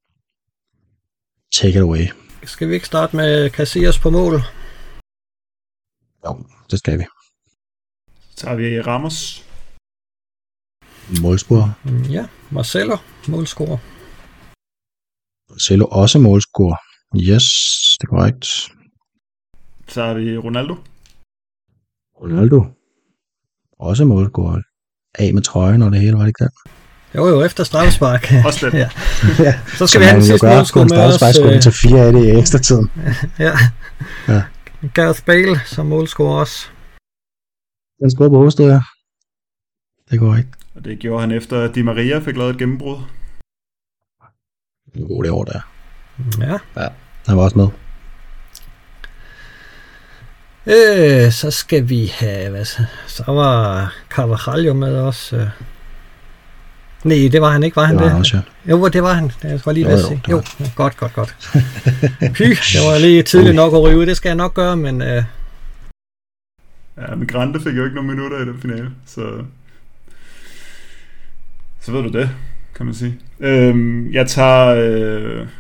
Take it away. Skal vi ikke starte med Casillas på mål? Jo, det skal vi. Så har vi Ramos. Målscorer. Ja, Marcelo, målscorer. Marcelo også målscorer. Yes, det er korrekt. Så har vi Ronaldo. Ronaldo. Også målscorer. Af med trøjen og det hele, var det ikke det? Jo jo, efter straffespark. Også det. Ja. Ja. Så skal vi have den sidste målscorer med os. Så skulle til fire af det i ekstra tiden. Ja. Ja. Gareth Bale som målscorer også. Den scorede på hovedstød, ja. Det går ikke. Og det gjorde han efter, at Di Maria fik lavet et gennembrud. Det var god det år der. Ja. Ja, han var også med. Øh, så skal vi have, hvad så? Så var Carvajal med også. Øh. Nej, det var han ikke, var han det? Var det? han også, ja. Jo, det var han. Jeg var lige jo, ved at jo, sige. jo, jo, godt, godt, godt. Py, det var lige tidligt nok at ryge, det skal jeg nok gøre, men... Øh... Ja, men Grande fik jo ikke nogen minutter i den finale, så... Så ved du det, kan man sige. Øhm, jeg tager... Øh...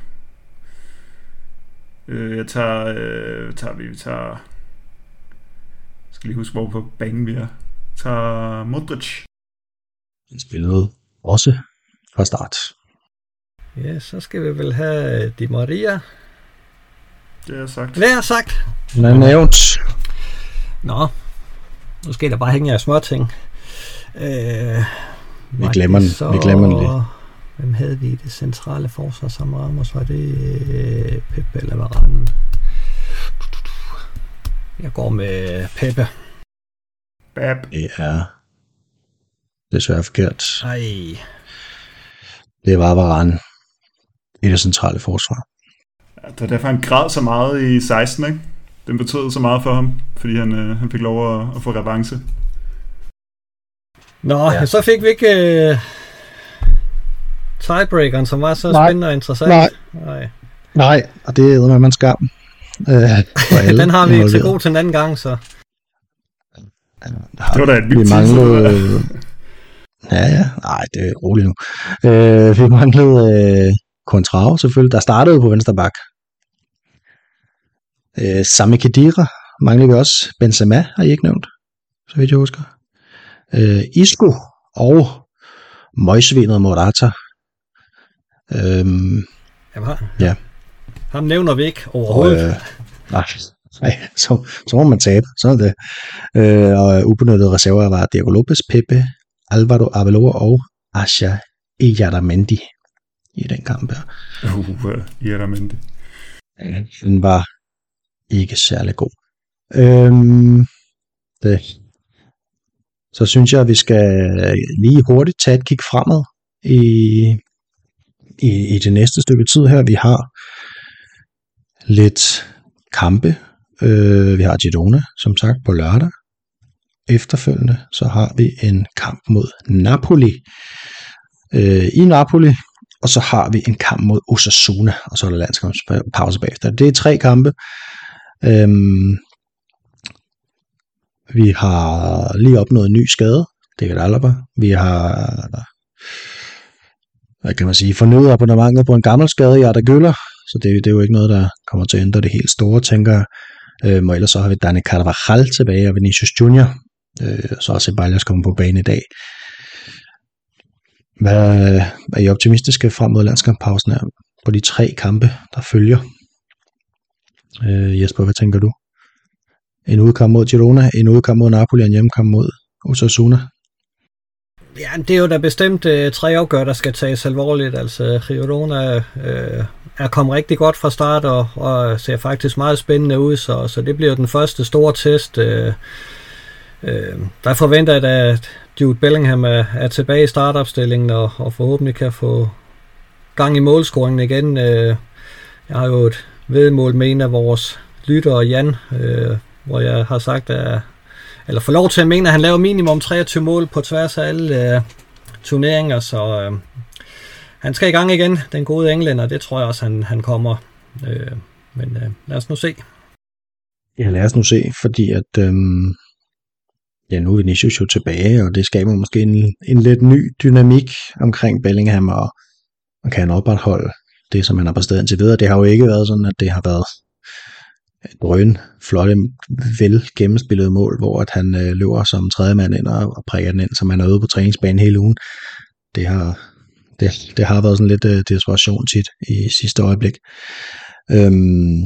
Øh, jeg tager... Øh... tager vi, vi tager... Jeg skal lige huske, hvor på banen vi er. Jeg tager Modric. Han spillede også fra start. Ja, så skal vi vel have Di Maria. Det er sagt. Hvad har sagt? Han er nævnt. Nå, nu skal der bare hænge af små ting. Øh, vi glemmer den, så... vi glemmer den lige. Hvem havde vi i det centrale forsvar som Ramos? Var det øh, Pepe eller Varane? Jeg går med Pepe. Bab. Det er desværre forkert. Ej. Det var Varane i det centrale forsvar. Ja, det var derfor, han græd så meget i seksten, ikke? Den betød så meget for ham, fordi han, øh, han fik lov at, at få revanche. Nå, ja. Så fik vi ikke øh, tiebreakeren, som var så Nej. spændende og interessant. Nej. Nej. Nej, og det er med man skam. Øh, den har vi til god til en anden gang, så. Det var da et vildt manglede... Ja, ja. Nej, det er roligt nu. Øh, vi manglede øh, Contrao selvfølgelig, der startede på venstre bak. Øh, Sami Khedira manglede vi også. Benzema har I ikke nævnt, så vidt jeg husker. Øh, Isco og møgsvinet Morata. Øhm, Jamen, ja. Ham nævner vi ikke overhovedet. Øh, nej, nej så, så må man tabe. Sådan det. Øh, og ubenyttede reserver var Diego Lopez, Pepe, Alvaro Arbeloa og Asha Iyaramendi i den kamp her. Uh, Iyaramendi. Den var ikke særlig god. Øhm, det. Så synes jeg, at vi skal lige hurtigt tage et kig fremad i, i, i det næste stykke tid her. Vi har lidt kampe. Øh, vi har Girona, som sagt, på lørdag. Efterfølgende så har vi en kamp mod Napoli øh, i Napoli, og så har vi en kamp mod Osasuna, og så er der landskampspause bagefter. Det er tre kampe. Øhm, Vi har lige opnået en ny skade, det er Alaba. Vi har, hvad kan man sige, fornyet abonnementet på en gammel skade i Arda Güler, så det, det er jo ikke noget, der kommer til at ændre det helt store, tænker jeg. Øhm, og ellers så har vi Dani Carvajal tilbage og Vinicius Junior Øh, så også Ceballos kommer på banen i dag. Hvad er I optimistiske frem mod landskamppausen her på de tre kampe, der følger? Øh, Jesper, hvad tænker du? En udkamp mod Girona, en udkamp mod Napoli og en hjemmekamp mod Osasuna? Ja, det er jo da bestemt uh, tre afgør, der skal tages alvorligt. Altså, Girona uh, er kommet rigtig godt fra start og, og ser faktisk meget spændende ud, så, så det bliver den første store test. Uh, uh, der forventer jeg, at Jude Bellingham er, er tilbage i startopstillingen og, og forhåbentlig kan få gang i målscoringen igen. Uh, jeg har jo et vedmål med en af vores lyttere, Jan, uh, hvor jeg har sagt, at eller får lov til at mene, at han laver minimum treogtyve mål på tværs af alle uh, turneringer, så uh, han skal i gang igen, den gode englænder, det tror jeg også, han, han kommer. Uh, men uh, lad os nu se. Ja, lad os nu se, fordi at øhm, ja, nu er Vinicius jo tilbage, og det skaber måske en, en lidt ny dynamik omkring Bellingham, og man kan opretholde det, som han har præsteret indtil videre. Det har jo ikke været sådan, at det har været drøn, flotte, vel gennemspillede mål, hvor at han øh, løber som tredje mand ind og, og prikker den ind, som han er ude på træningsbanen hele ugen. Det har, det, det har været sådan lidt øh, desperation tit i sidste øjeblik. Øhm,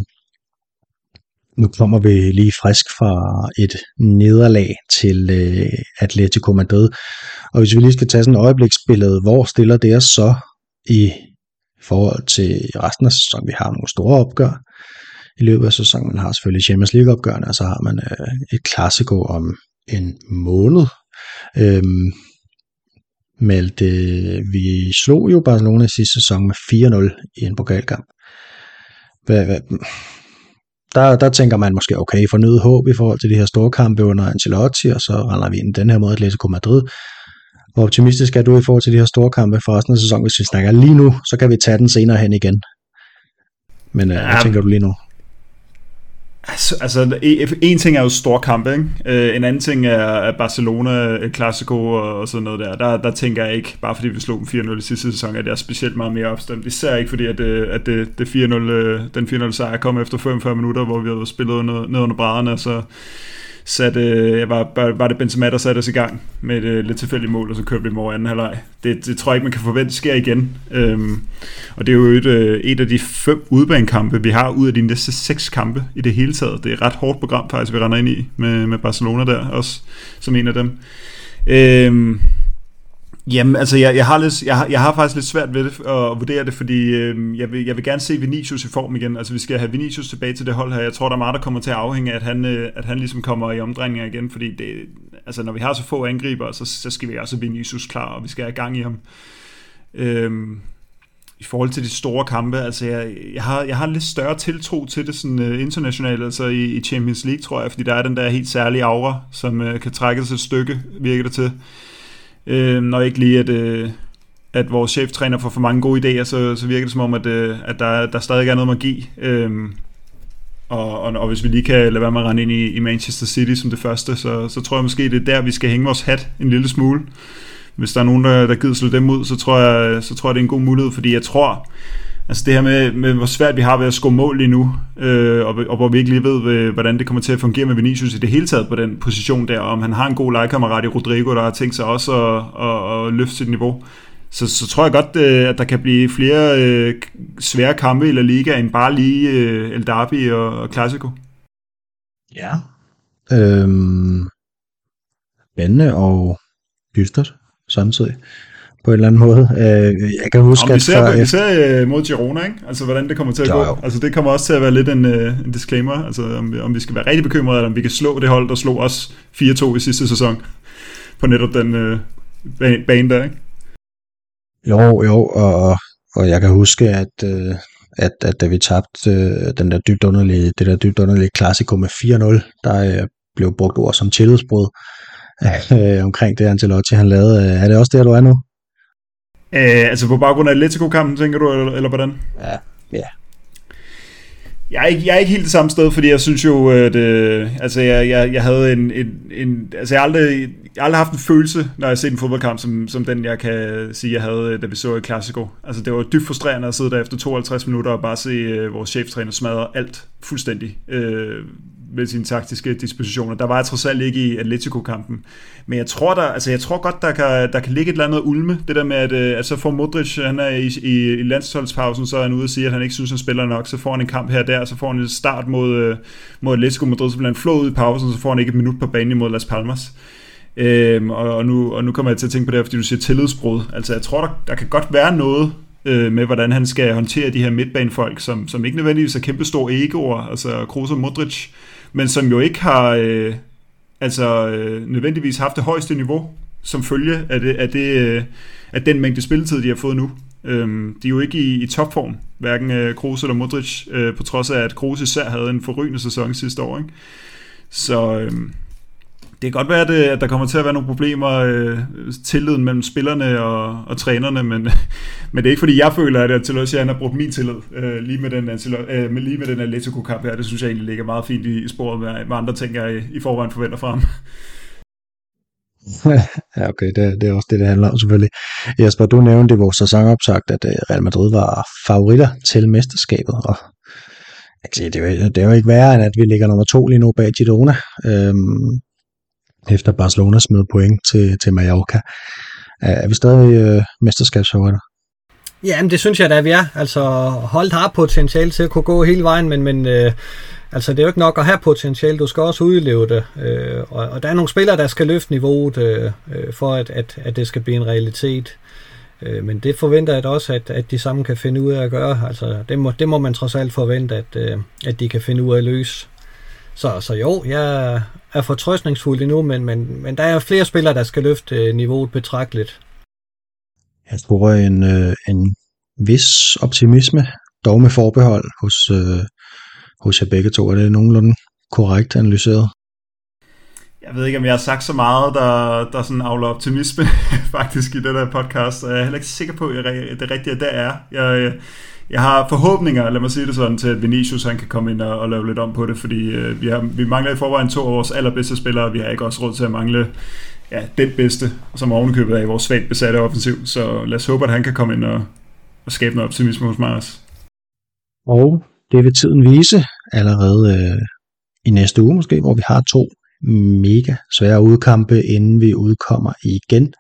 nu kommer vi lige frisk fra et nederlag til øh, Atletico Madrid, og hvis vi lige skal tage sådan et øjebliksbillede, hvor stiller det os så i forhold til resten af sæsonen? Vi har nogle store opgør i løbet af sæsonen. Man har selvfølgelig Champions League-opgørende, og så har man øh, et Clasico om en måned. Øhm, med det, vi slog jo Barcelona i sidste sæson med fire nul i en pokalkamp. Hvad, hvad, der, der tænker man måske, okay, fornyet håb i forhold til de her store kampe under Ancelotti, og så render vi ind den her måde Atletico Madrid. Hvor optimistisk er du i forhold til de her store kampe for resten af sæsonen? Hvis vi snakker lige nu, så kan vi tage den senere hen igen. Men øh, hvad tænker du lige nu? Altså, altså en ting er jo store kampe, ikke? Øh, en anden ting er Barcelona, Clasico og sådan noget der. Der, der tænker jeg ikke, bare fordi vi slog dem fire nul i sidste sæson, at det er specielt meget mere opstemt. Især ikke fordi, at, det, at det, det fire nul, den fire nul sejr kom efter femogfyrre minutter, hvor vi havde spillet ned, ned under brædderne, så satte, jeg var, var det Benzema, der satte os i gang med et uh, lidt tilfældigt mål, og så kørte vi dem over anden halvleg. Det, det tror jeg ikke, man kan forvente sker igen. Øhm, og det er jo et, uh, et af de fem udebanekampe, vi har ud af de næste seks kampe i det hele taget. Det er et ret hårdt program, faktisk, vi render ind i med, med Barcelona der, også som en af dem. Øhm, Jamen, altså, jeg, jeg, har lidt, jeg, har, jeg har faktisk lidt svært ved det at vurdere det, fordi øh, jeg, vil, jeg vil gerne se Vinicius i form igen. Altså, vi skal have Vinicius tilbage til det hold her. Jeg tror, der er meget, der kommer til at afhænge af, at han, øh, at han ligesom kommer i omdrejninger igen, fordi det, altså, når vi har så få angriber, så, så skal vi også have Vinicius klar, og vi skal have gang i ham. Øhm, I forhold til de store kampe, altså, jeg, jeg, har, jeg har lidt større tiltro til det sådan uh, internationalt, altså i, i Champions League, tror jeg, fordi der er den der helt særlige aura, som uh, kan trække sig et stykke, virker det til. Øh, når ikke lige, at, øh, at vores cheftræner får for mange gode idéer, så, så virker det som om, at, øh, at der, der stadig er noget magi. Øh, og, og, og hvis vi lige kan lade være med at rende ind i, i Manchester City som det første, så, så tror jeg måske, det er der, vi skal hænge vores hat en lille smule. Hvis der er nogen, der, der gider slå dem ud, så tror, jeg, så tror jeg, det er en god mulighed, fordi jeg tror, altså det her med, med hvor svært vi har ved at score mål lige nu, øh, og, og hvor vi ikke lige ved, hvordan det kommer til at fungere med Vinicius i det hele taget på den position der, og om han har en god legekammerat i Rodrigo, der har tænkt sig også at, at, at løfte sit niveau, så, så tror jeg godt, at der kan blive flere øh, svære kampe i La Liga, end bare lige øh, El Derby og, og Clasico. Ja. Øhm, spændende og dystert samtidig. På en eller anden måde. Jeg kan huske, Om vi ser, at... Vi ser mod Girona, ikke? Altså, hvordan det kommer til at jo, gå. Jo. Altså, det kommer også til at være lidt en, en disclaimer. Altså, om vi, om vi skal være rigtig bekymrede, eller om vi kan slå det hold, der slog os fire to i sidste sæson. På netop den øh, bane der, ikke? Jo, jo, og, og jeg kan huske, at, at, at da vi tabte den der dybt underlige, det der dybt underlige Clasico med fire nul, der blev brugt ord som tillidsbrud øh, omkring det Ancelotti, han lavede. Er det også der, du er nu? Øh, altså på baggrund af Atletico-kampen, tænker du, eller, eller hvordan? Ja, ja. Jeg er, ikke, jeg er ikke helt det samme sted, fordi jeg synes jo, at øh, altså jeg, jeg, jeg havde en, en, en altså jeg har aldrig, jeg har aldrig haft en følelse, når jeg har set en fodboldkamp, som, som den jeg kan sige, jeg havde, da vi så i Clasico. Altså det var dybt frustrerende at sidde der efter tooghalvtreds minutter og bare se øh, vores cheftræner smadre alt fuldstændig øh, med sine taktiske dispositioner. Der var jeg trods alt ikke i Atletico-kampen. Men jeg tror, der, altså jeg tror godt, der kan, der kan ligge et eller andet ulme. Det der med, at, at så får Modric, han er i, i, i landsholdspausen, så er han ude og sige, at han ikke synes, han spiller nok. Så får han en kamp her og der, så får han et start mod, mod Atletico Madrid, så bliver han flået ud i pausen, så får han ikke et minut på banen imod Las Palmas. Øhm, og, og, nu, og nu kommer jeg til at tænke på det her, fordi du siger tillidsbrud. Altså jeg tror, der, der kan godt være noget øh, med, hvordan han skal håndtere de her midtbanefolk, som, som ikke nødvendigvis er kæmpe store egoer, altså Kroos og Modric, men som jo ikke har øh, altså øh, nødvendigvis haft det højeste niveau som følge af, det, af, det, øh, af den mængde spilletid, de har fået nu. Øhm, de er jo ikke i, i topform, hverken øh, Kroos eller Modric, øh, på trods af, at Kroos især havde en forrygende sæson sidste år. Ikke? Så øh, det kan godt være, at, at der kommer til at være nogle problemer, øh, tilliden mellem spillerne og, og trænerne, men, men det er ikke fordi, jeg føler, at Ancelotti har brugt min tillid øh, lige med den, øh, lige med den Atletico-kamp her. Det synes jeg egentlig ligger meget fint i, i sporet med, med andre ting, jeg i, i forvejen forventer fra ham. Ja, okay, det, det er også det, det handler om selvfølgelig. Jesper, du nævnte i vores sæsonopsagt, at Real Madrid var favoritter til mesterskabet, og jeg kan sige, det, er jo, det er jo ikke værre, end at vi ligger nummer to lige nu bag Girona, øhm, efter Barcelona smed point til, til Mallorca. Er, er vi stadig øh, mesterskabsfavoritter? Jamen, det synes jeg da, vi er. Altså, holdet har potentiale til at kunne gå hele vejen, men, men øh, altså, det er jo ikke nok at have potentiale. Du skal også udleve det. Øh, og, og der er nogle spillere, der skal løfte niveauet, øh, for at, at, at det skal blive en realitet. Øh, men det forventer jeg da også, at, at de sammen kan finde ud af at gøre. Altså, det må, det må man trods alt forvente, at, øh, at de kan finde ud af at løse. Så, så jo, jeg er fortrøstningsfuld endnu, men, men, men der er flere spillere, der skal løfte niveauet betragteligt. Jeg tror en, øh, en vis optimisme, dog med forbehold hos, øh, hos jer begge to. Er det nogenlunde korrekt analyseret? Jeg ved ikke, om jeg har sagt så meget, der, der sådan avler optimisme faktisk i det der podcast. Jeg er heller ikke sikker på, at det rigtige der er. Jeg, jeg har forhåbninger, lad mig sige det sådan, til at Vinicius han kan komme ind og, og lave lidt om på det, fordi øh, vi, har, vi mangler i forvejen to af vores allerbedste spillere, og vi har ikke også råd til at mangle ja, den bedste, som ovenikøbet er i vores svagt besatte offensiv. Så lad os håbe, at han kan komme ind og, og skabe noget optimisme hos mig også. Og det vil tiden vise allerede øh, i næste uge måske, hvor vi har to mega svære udkampe, inden vi udkommer igen.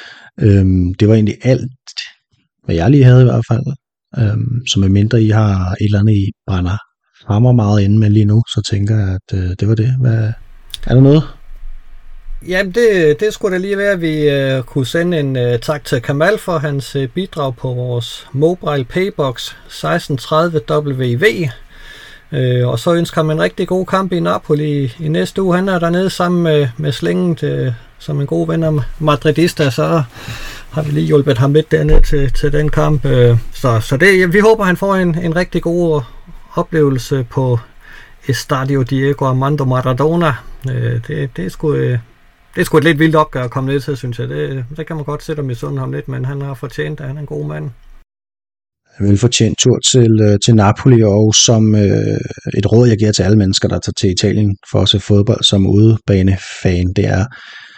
Øhm, det var egentlig alt, hvad jeg lige havde i hvert fald. Øhm, så med mindre I har et eller andet, I brænder hammer meget inde med lige nu, så tænker jeg, at øh, det var det. Hvad, er der noget? Jamen, det, det skulle da lige være, at vi øh, kunne sende en øh, tak til Kamal for hans øh, bidrag på vores mobile paybox seksten tredive W V. Øh, og så ønsker man en rigtig god kamp i Napoli i, i næste uge. Han er dernede sammen med, med slænget øh, som en god ven af Madridista, så har vi lige hjulpet ham lidt dernede til, til den kamp. Øh, så så det, ja, vi håber, han får en, en rigtig god oplevelse på Estadio Diego Armando Maradona. Øh, det, det er sgu... Øh, Det er sgu et lidt vildt opgør at komme ned til, synes jeg. Det, det kan man godt sætte med sundt ham lidt, men han har fortjent, at han er en god mand. Jeg vil fortjent tur til, til Napoli, og som øh, et råd, jeg giver til alle mennesker, der tager til Italien for at se fodbold som udebanefan, det er,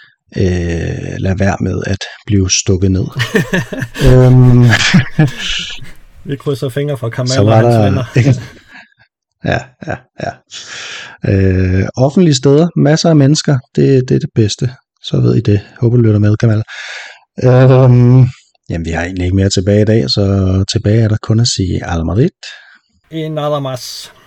øh, lad være med at blive stukket ned. øhm, Vi krydser fingre for Kamal og hans venner. Ja, ja, ja. Øh, offentlige steder, masser af mennesker, det, det er det bedste. Så ved I det. Håber, du lytter med, Kamal. Øh, jamen, vi har egentlig ikke mere tilbage i dag, så tilbage er der kun at sige Al Madrid. En nada más.